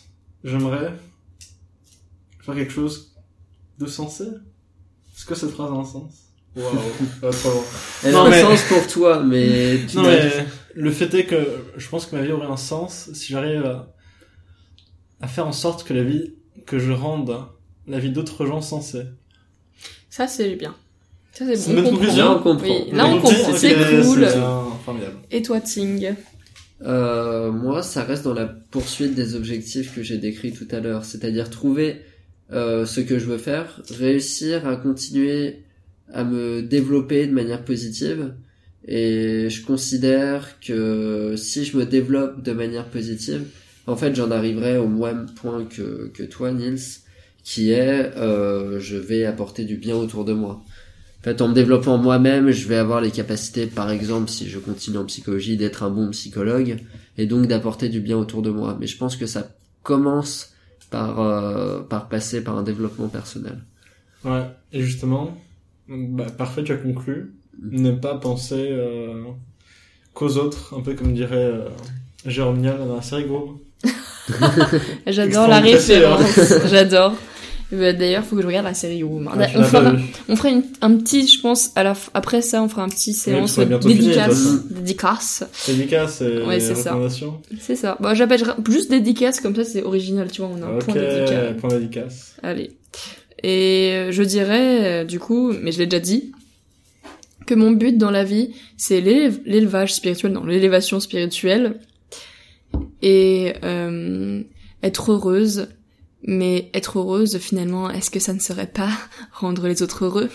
j'aimerais faire quelque chose de sensé. Est-ce que cette phrase a un sens? Waouh, pas trop loin. Elle a un sens pour toi, mais non, mais le fait est que je pense que ma vie aurait un sens si j'arrive à faire en sorte que je rende la vie d'autres gens sensée. Ça, c'est bien. Ça, c'est C'est bon. une bonne conclusion. Là, on comprend. Oui, là, on comprend. Ok, C'est cool. C'est formidable. Et toi, Ting? Moi, ça reste dans la poursuite des objectifs que j'ai décrits tout à l'heure, c'est-à-dire trouver ce que je veux faire, réussir à continuer à me développer de manière positive, et je considère que si je me développe de manière positive, en fait, j'en arriverai au même point que toi, Nils, qui est je vais apporter du bien autour de moi. En fait, en me développant moi-même, je vais avoir les capacités, par exemple, si je continue en psychologie, d'être un bon psychologue, et donc d'apporter du bien autour de moi. Mais je pense que ça commence par passer par un développement personnel. Ouais, et justement, parfait, tu as conclu. Ne pas penser qu'aux autres, un peu comme dirait Jérôme Niel dans la série Gros. J'adore la référence. J'adore. D'ailleurs, faut que je regarde la série Room. On fera un petit, je pense, après ça, on fera un petit séance dédicace. Dédicace et ouais, c'est recommandations. C'est ça. Bon, j'appellerai juste dédicace, comme ça, c'est original, tu vois, on a un point dédicace. Point dédicace. Allez. Et je dirais, du coup, mais je l'ai déjà dit, que mon but dans la vie, c'est l'élevage spirituel, non, l'élévation spirituelle, et être heureuse. Mais être heureuse, finalement, est-ce que ça ne serait pas rendre les autres heureux?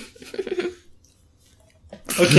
Ok.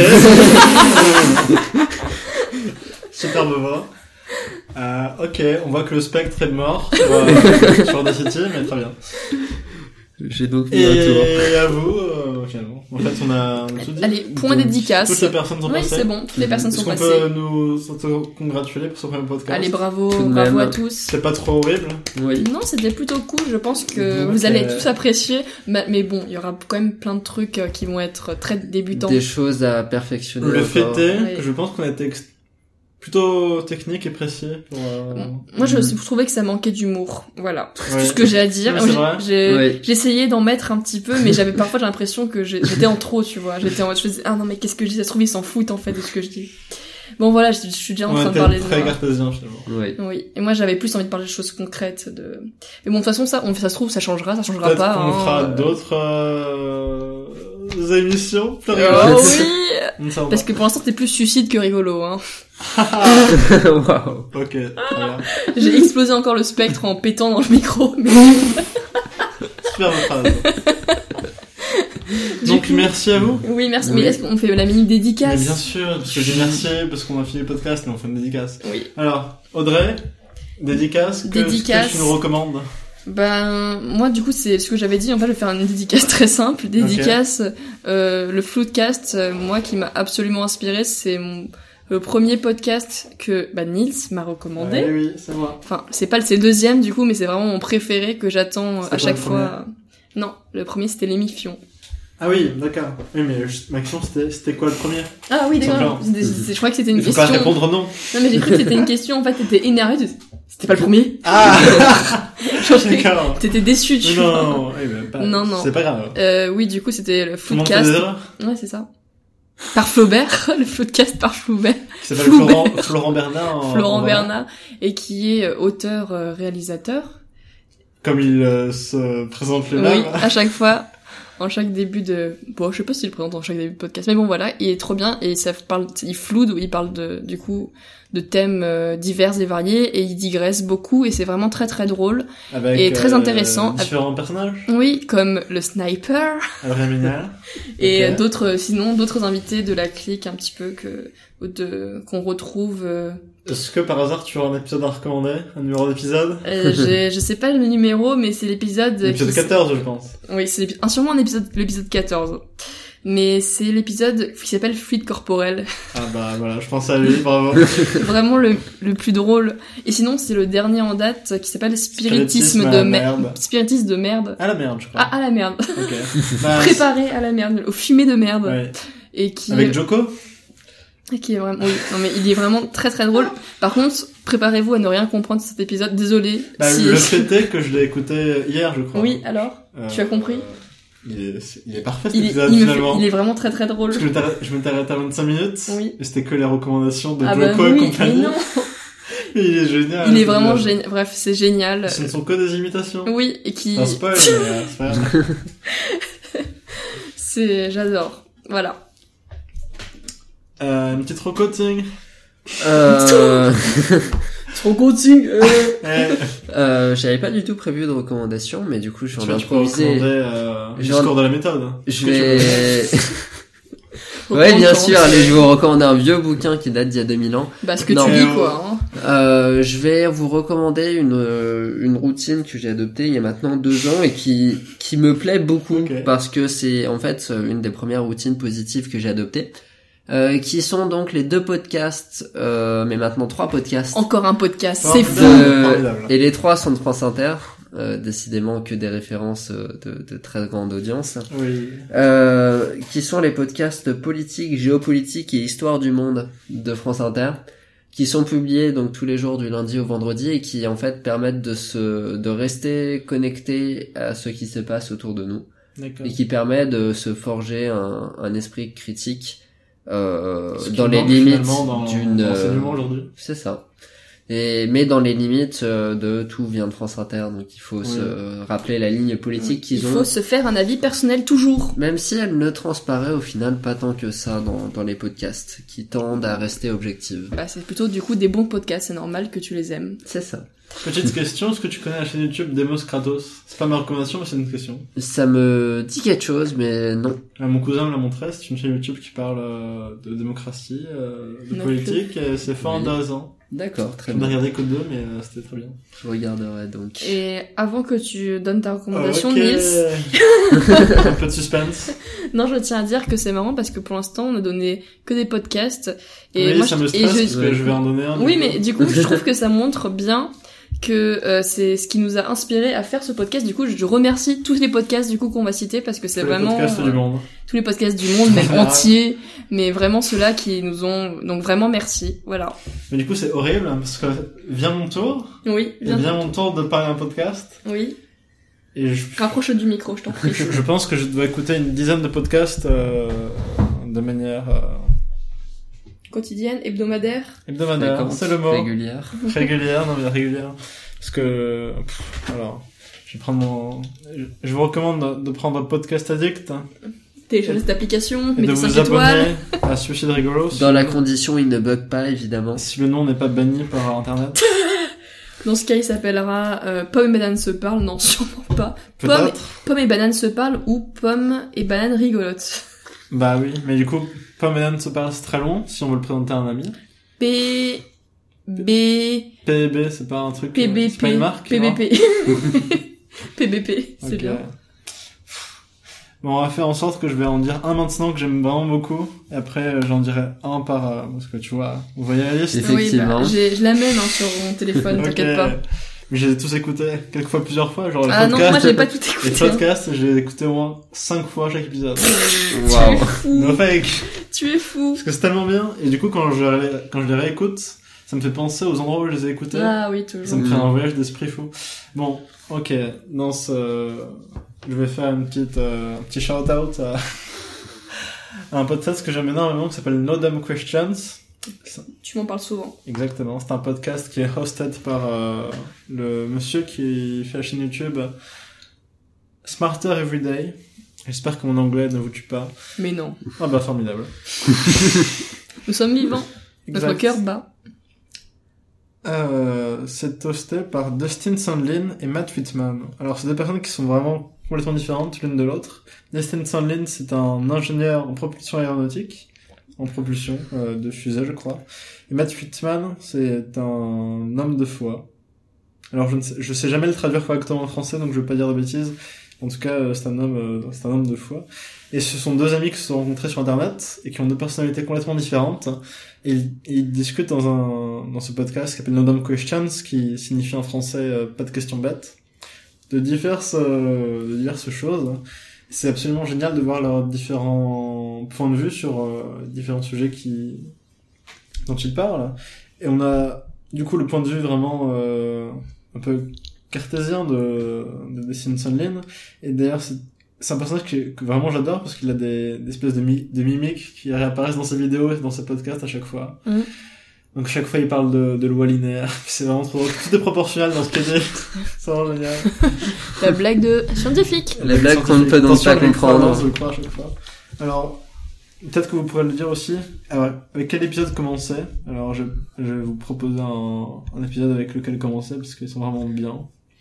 Superbe voix. Ok, on voit que le spectre est mort sur Audacity, mais très bien. J'ai donc mis un tour. Et à vous, finalement. En fait, on a tout dit. Allez, point dédicace. Toutes les personnes sont passées. Oui, c'est bon, toutes les personnes sont passées. Est-ce qu'on peut nous auto-congratuler pour ce premier podcast? Allez, bravo à tous. C'est pas trop horrible? Oui. Non, c'était plutôt cool, je pense que vous allez tous apprécier. Mais bon, il y aura quand même plein de trucs qui vont être très débutants. Des choses à perfectionner. Le fait est Ouais. que je pense qu'on a été plutôt technique et précis pour... Moi, je trouvais que ça manquait d'humour. Voilà. C'est Ouais. tout ce que j'ai à dire. Ouais, c'est vrai. J'ai essayé d'en mettre un petit peu, mais parfois j'ai l'impression que j'étais en trop, tu vois. Je faisais, ah non, mais qu'est-ce que je dis? Ça se trouve, ils s'en foutent, en fait, de ce que je dis. Bon, voilà, je suis déjà en train de parler de très moi. cartésien, finalement. Oui. Oui. Et moi, j'avais plus envie de parler de choses concrètes mais bon, de toute façon, ça se trouve, ça changera Peut-être pas. qu'on fera d'autres émissions plus Oh rigolotes. oui! Parce que pour l'instant, t'es plus suicide que rigolo, hein. Wow. Ok, très bien. J'ai explosé encore le spectre en pétant dans le micro, mais... Superbe phrase. Donc, merci à vous. Oui, merci. Oui. Mais est-ce qu'on fait la minute dédicace? Mais bien sûr, parce que j'ai merci, parce qu'on a fini le podcast, mais on fait une dédicace. Oui. Alors, Audrey, dédicace, qu'est-ce que tu nous recommandes? Ben, moi, du coup, c'est ce que j'avais dit. En fait, je vais faire une dédicace très simple. Dédicace, le Floodcast, moi, qui m'a absolument inspiré, c'est le premier podcast que Nils m'a recommandé. Oui, c'est moi. Enfin, c'est le deuxième, du coup, mais c'est vraiment mon préféré que j'attends à chaque le fois. Non, le premier, c'était l'émission. Ah oui, d'accord. Oui, mais ma question, c'était quoi le premier? Ah oui, d'accord. Je crois que c'était une Il faut question. pas répondre non. Non, mais j'ai cru que c'était une question. En fait, t'étais énervé. C'était pas le premier. Ah! Genre, D'accord. t'étais déçu, tu vois. Non, oui, mais pas, Non. c'est pas grave. Oui, du coup, c'était le Tout le monde fait des Floodcast. erreurs? Ouais, c'est ça. Par Flaubert, le Floodcast par Flaubert. Qui s'appelle Florent Bernard. Florent Bernard, et qui est auteur-réalisateur. Comme il se présente lui-même. Oui, à chaque fois, en chaque début de... Bon, je sais pas s'il le présente en chaque début de podcast, mais bon, voilà, il est trop bien, et il floude, il parle du coup, de thèmes divers et variés, et il digresse beaucoup, et c'est vraiment très très drôle, Avec, et très intéressant. Différents personnages. Oui, comme le sniper, Adrien Méniel. et Ok. d'autres invités de la clique un petit peu qu'on retrouve... Est-ce que par hasard tu as un épisode à recommander? Un numéro d'épisode? je sais pas le numéro, mais c'est l'épisode... L'épisode 14, je pense. Oui, c'est sûrement l'épisode 14. Mais c'est l'épisode qui s'appelle Fluide corporel. Ah bah voilà, je pense à lui, bravo. Vraiment le plus drôle. Et sinon, c'est le dernier en date qui s'appelle Spiritisme à de la merde. Spiritisme de merde. À la merde, je crois. Ah, à la merde. Ok. Bah, Préparé à la merde, au fumé de merde. ouais. Et qui Avec Joko? qui est vraiment, oui. Non, mais il est vraiment très très drôle. Par contre, préparez-vous à ne rien comprendre de cet épisode. Désolé. Le fait est que je l'ai écouté hier, je crois. Oui, alors tu as compris? Il est parfait cet épisode, finalement. Il est vraiment très très drôle. Parce que je m'étais arrêté à 25 minutes. Oui. Et c'était que les recommandations de Bah Joko et compagnie. Mais non. Mais il est génial. Il est vraiment génial. Bref, c'est génial. Ce ne sont que des imitations. Oui, et qui... Un spoil, mais c'est pas grave. J'adore. Voilà. Une petite recoting. Trop coaching. J'avais pas du tout prévu de recommandations, mais du coup, je suis en train d'improviser. Discours de la méthode. Je vais... Ouais, bien sûr, allez, je vais vous recommander un vieux bouquin qui date d'il y a 2000 ans. Bah, ce que tu lis, quoi. Hein. Je vais vous recommander une routine que j'ai adoptée il y a maintenant 2 ans et qui me plaît beaucoup parce que c'est, en fait, une des premières routines positives que j'ai adoptées. Qui sont donc les 2 podcasts, mais maintenant 3 podcasts. Encore un podcast, c'est fou. Et les 3 sont de France Inter. Décidément que des références de très grande audience. Oui. Qui sont les podcasts politiques, géopolitiques et histoire du monde de France Inter, qui sont publiés donc tous les jours du lundi au vendredi et qui en fait permettent de rester connecté à ce qui se passe autour de nous. D'accord. Et qui permet de se forger un esprit critique dans les limites d'une aujourd'hui. C'est ça. Mais dans les limites de tout vient de France Inter, donc il faut se rappeler la ligne politique qu'ils ont. Il faut se faire un avis personnel toujours. Même si elle ne transparaît au final pas tant que ça dans les podcasts, qui tendent à rester objectives. Bah, c'est plutôt du coup des bons podcasts, c'est normal que tu les aimes. C'est ça. Petite question, est-ce que tu connais la chaîne YouTube Demos Kratos? C'est pas ma recommandation, mais c'est une question. Ça me dit quelque chose, mais non. Mon cousin me l'a montré, c'est une chaîne YouTube qui parle de démocratie, de politique, et c'est fort intéressant. D'accord, très bien. Je n'ai bien. regardé que 2, mais c'était très bien. Je regarderai donc. Et avant que tu donnes ta recommandation, okay. Nils... Un peu de suspense. Non, je tiens à dire que c'est marrant parce que pour l'instant, on a donné que des podcasts. Et oui, moi, ça me stresse parce que je vais en donner un. Oui, mais du coup, je trouve que ça montre bien que c'est ce qui nous a inspiré à faire ce podcast. Du coup, je remercie tous les podcasts du coup qu'on va citer parce que c'est vraiment tous les podcasts du monde. Tous les podcasts du monde, même entiers, mais vraiment ceux-là qui nous ont donc vraiment merci. Voilà. Mais du coup, c'est horrible parce que vient mon tour. Oui, vient mon tour de parler un podcast. Oui. Et rapproche du micro, je t'en prie. Je pense que je dois écouter une dizaine de podcasts de manière quotidienne, hebdomadaire. Hebdomadaire, c'est le mot. Régulière. Régulière, non mais régulière. Parce que alors, je vous recommande de prendre Podcast Addict. Télécharger cette application, et de vous abonner à Suicide Rigolo. Dans la condition, il ne bug pas, évidemment. Si le nom n'est pas banni par Internet. Dans ce cas, il s'appellera Pomme et Banane se parlent. Non, sûrement pas. Pomme et Banane se parlent ou Pomme et Banane rigolote. Bah oui, mais du coup, Pomme et Banane se parlent, c'est très long si on veut le présenter à un ami. PB, c'est pas un truc. PBP. C'est pas une marque. PBP. PBP, c'est bien. Bon, on va faire en sorte que je vais en dire un maintenant que j'aime vraiment beaucoup. Et après, j'en dirai un par... parce que tu vois, vous voyez la liste? Effectivement. Oui, je la mets sur mon téléphone, t'inquiète pas. Mais j'ai tous écouté, quelquefois plusieurs fois. Genre, non, moi j'ai pas tout écouté. Les podcasts, j'ai écouté au moins 5 fois chaque épisode. Waouh. No fake. Tu es fou. Parce que c'est tellement bien. Et du coup, quand je les réécoute, ça me fait penser aux endroits où je les ai écoutés. Ah oui, toujours. Ça me fait un voyage d'esprit fou. Bon, ok. Je vais faire un petit shout-out à un podcast que j'aime énormément qui s'appelle No Dumb Questions. Tu m'en parles souvent. Exactement. C'est un podcast qui est hosted par le monsieur qui fait la chaîne YouTube Smarter Everyday. J'espère que mon anglais ne vous tue pas. Mais non. Ah bah formidable. Nous sommes vivants. Exact. Notre cœur bat. C'est hosté par Dustin Sandlin et Matt Whitman. Alors c'est deux personnes qui sont vraiment complètement différentes l'une de l'autre. Dustin Sandlin, c'est un ingénieur en propulsion aéronautique, en propulsion de fusée, je crois. Et Matt Whitman, c'est un homme de foi. Alors je sais jamais le traduire correctement en français, donc je vais pas dire de bêtises. En tout cas, c'est un homme de foi. Et ce sont deux amis qui se sont rencontrés sur Internet et qui ont deux personnalités complètement différentes. Et ils discutent dans ce podcast qui s'appelle No Dumb Questions, qui signifie en français pas de questions bêtes, de diverses choses. C'est absolument génial de voir leurs différents points de vue sur différents sujets dont ils parlent. Et on a du coup, le point de vue vraiment un peu cartésien de Destin Sun Lin. Et d'ailleurs, c'est un personnage que vraiment j'adore parce qu'il a des espèces de mimiques qui réapparaissent dans ses vidéos et dans ses podcasts à chaque fois. Donc chaque fois il parle de loi linéaire. C'est vraiment trop drôle. Tout est proportionnel dans ce qu'il dit. C'est vraiment génial. La blague de scientifique. La blague qu'on ne peut donc pas comprendre. Je le crois à chaque fois. Alors, peut-être que vous pourrez le dire aussi. Alors, avec quel épisode commencer? Alors, je vais vous proposer un épisode avec lequel commencer parce qu'ils sont vraiment bien.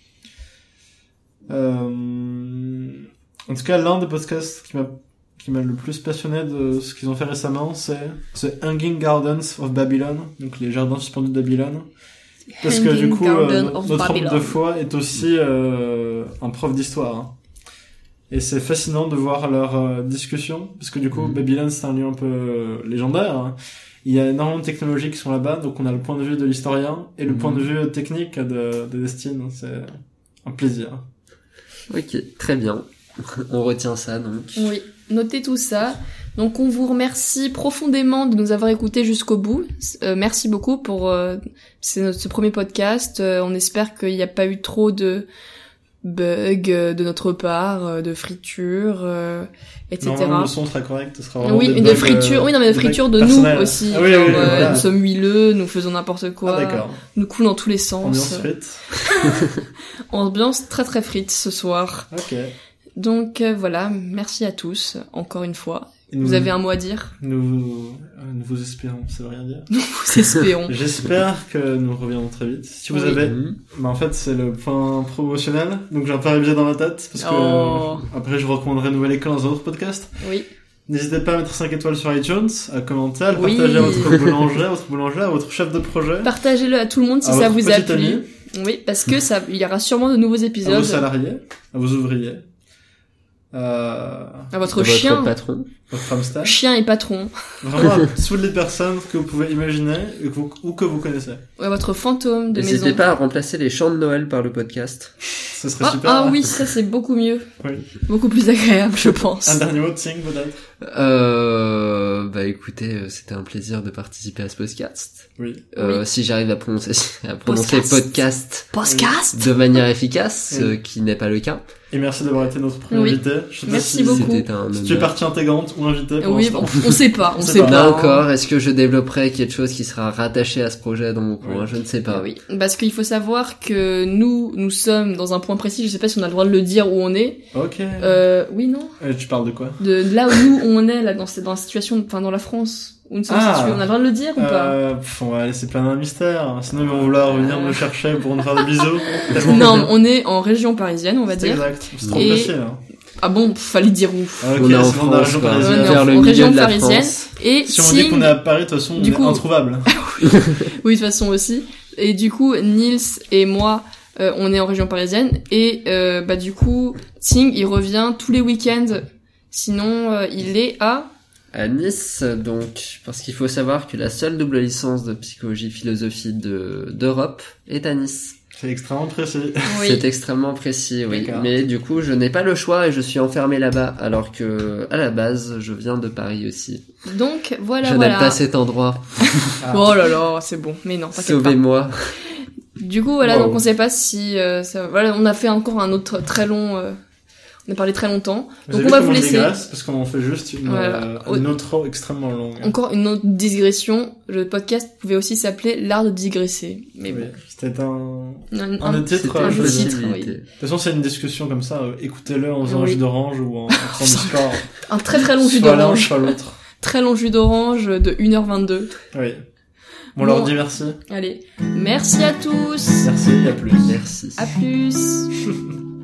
En tout cas, l'un des podcasts qui m'a le plus passionné de ce qu'ils ont fait récemment, c'est The Hanging Gardens of Babylon, donc les jardins suspendus de Babylone. Parce que du coup, notre homme de foi est aussi un prof d'histoire. Hein. Et c'est fascinant de voir leur discussion, parce que du coup, Babylone, c'est un lieu un peu légendaire. Hein. Il y a énormément de technologies qui sont là-bas, donc on a le point de vue de l'historien et le point de vue technique de Destin. C'est un plaisir. Ok, très bien. On retient ça, donc. Oui, notez tout ça. Donc on vous remercie profondément de nous avoir écoutés jusqu'au bout. Merci beaucoup pour ce premier podcast. On espère qu'il n'y a pas eu trop de bugs de notre part, de fritures, etc. Non, le son sera correct, ce sera vraiment oui, mais de fritures, oui, non, mais de fritures de nous aussi. Ah, oui, genre, voilà. Nous sommes huileux, nous faisons n'importe quoi. Ah, d'accord. Nous coulons dans tous les sens. Ambiance frite. Ambiance très très frite ce soir. Ok. Donc voilà, merci à tous, encore une fois. Vous avez un mot à dire? Nous vous espérons, ça veut rien dire. Nous vous espérons. J'espère que nous reviendrons très vite. Si vous avez... Bah en fait, c'est le point promotionnel, donc j'ai un peu révisé dans ma tête, parce que après je recommanderai Nouvelle École dans un autre podcast. Oui. N'hésitez pas à mettre 5 étoiles sur iTunes, à commenter, à le partager à votre boulanger, à votre chef de projet. Partagez-le à tout le monde si ça vous a plu. Oui, parce que il y aura sûrement de nouveaux épisodes. À vos salariés, à vos ouvriers. À votre chien, votre patron, votre hamster, chien et patron. Vraiment à toutes les personnes que vous pouvez imaginer ou que vous connaissez. Ouais, votre fantôme de maison. N'hésitez pas à remplacer les chants de Noël par le podcast. Ce serait super. Ah oui, ça c'est beaucoup mieux. Oui. Beaucoup plus agréable, je pense. Un dernier mot de Ting, peut-être. Bah écoutez, c'était un plaisir de participer à ce podcast. Oui. Si j'arrive à prononcer podcast de manière efficace, qui n'est pas le cas. Et merci d'avoir été notre premier invité. Merci beaucoup. Si tu es partie intégrante ou invité pour l'instant. On sait pas, on sait pas. Là encore, est-ce que je développerai quelque chose qui sera rattaché à ce projet dans mon coin? Je ne sais pas. Oui, parce qu'il faut savoir que nous sommes dans un point précis, je sais pas si on a le droit de le dire où on est. Ok. Oui, non? Tu parles de quoi? De là où nous, on est, là, dans la situation, enfin, dans la France. Où nous sommes situés. On a le droit de le dire ou pas? On va laisser plein d'un mystère. Sinon, ils vont vouloir venir me chercher pour nous faire des bisous. Non, on est en région parisienne, on va dire. Exact. C'est trop précis, hein. Ah bon, fallait dire où? Ok, on est en France, France, région parisienne. vers le milieu de la France. Et si on dit qu'on est à Paris, de toute façon, on est introuvable. Oui, de toute façon aussi. Et du coup, Nils et moi, on est en région parisienne. Et du coup, Ting, il revient tous les week-ends. Sinon, il est à Nice, donc, parce qu'il faut savoir que la seule double licence de psychologie-philosophie d'Europe est à Nice. C'est extrêmement précis. Oui. C'est extrêmement précis, oui. Mais du coup, je n'ai pas le choix et je suis enfermé là-bas, alors que, à la base, je viens de Paris aussi. Donc, voilà. Je n'aime pas cet endroit. Oh là là, c'est bon. Mais non, t'inquiète pas. Sauvez-moi. Du coup, voilà, donc on sait pas si, voilà, on a fait encore un autre très long, on a parlé très longtemps. Donc on va vous laisser. Parce qu'on en fait juste une autre extrêmement longue. Encore une autre digression. Le podcast pouvait aussi s'appeler L'art de digresser. Mais bon. C'était un titre. Un jeu de titre, oui. De toute façon, c'est une discussion comme ça. Écoutez-le en faisant un jus d'orange ou en faisant du sport. Un très très long jus d'orange. Soit l'autre. Très long jus d'orange de 1h22. Oui. Bon, on leur dit merci. Allez. Merci à tous. Merci, à plus. Merci. À plus.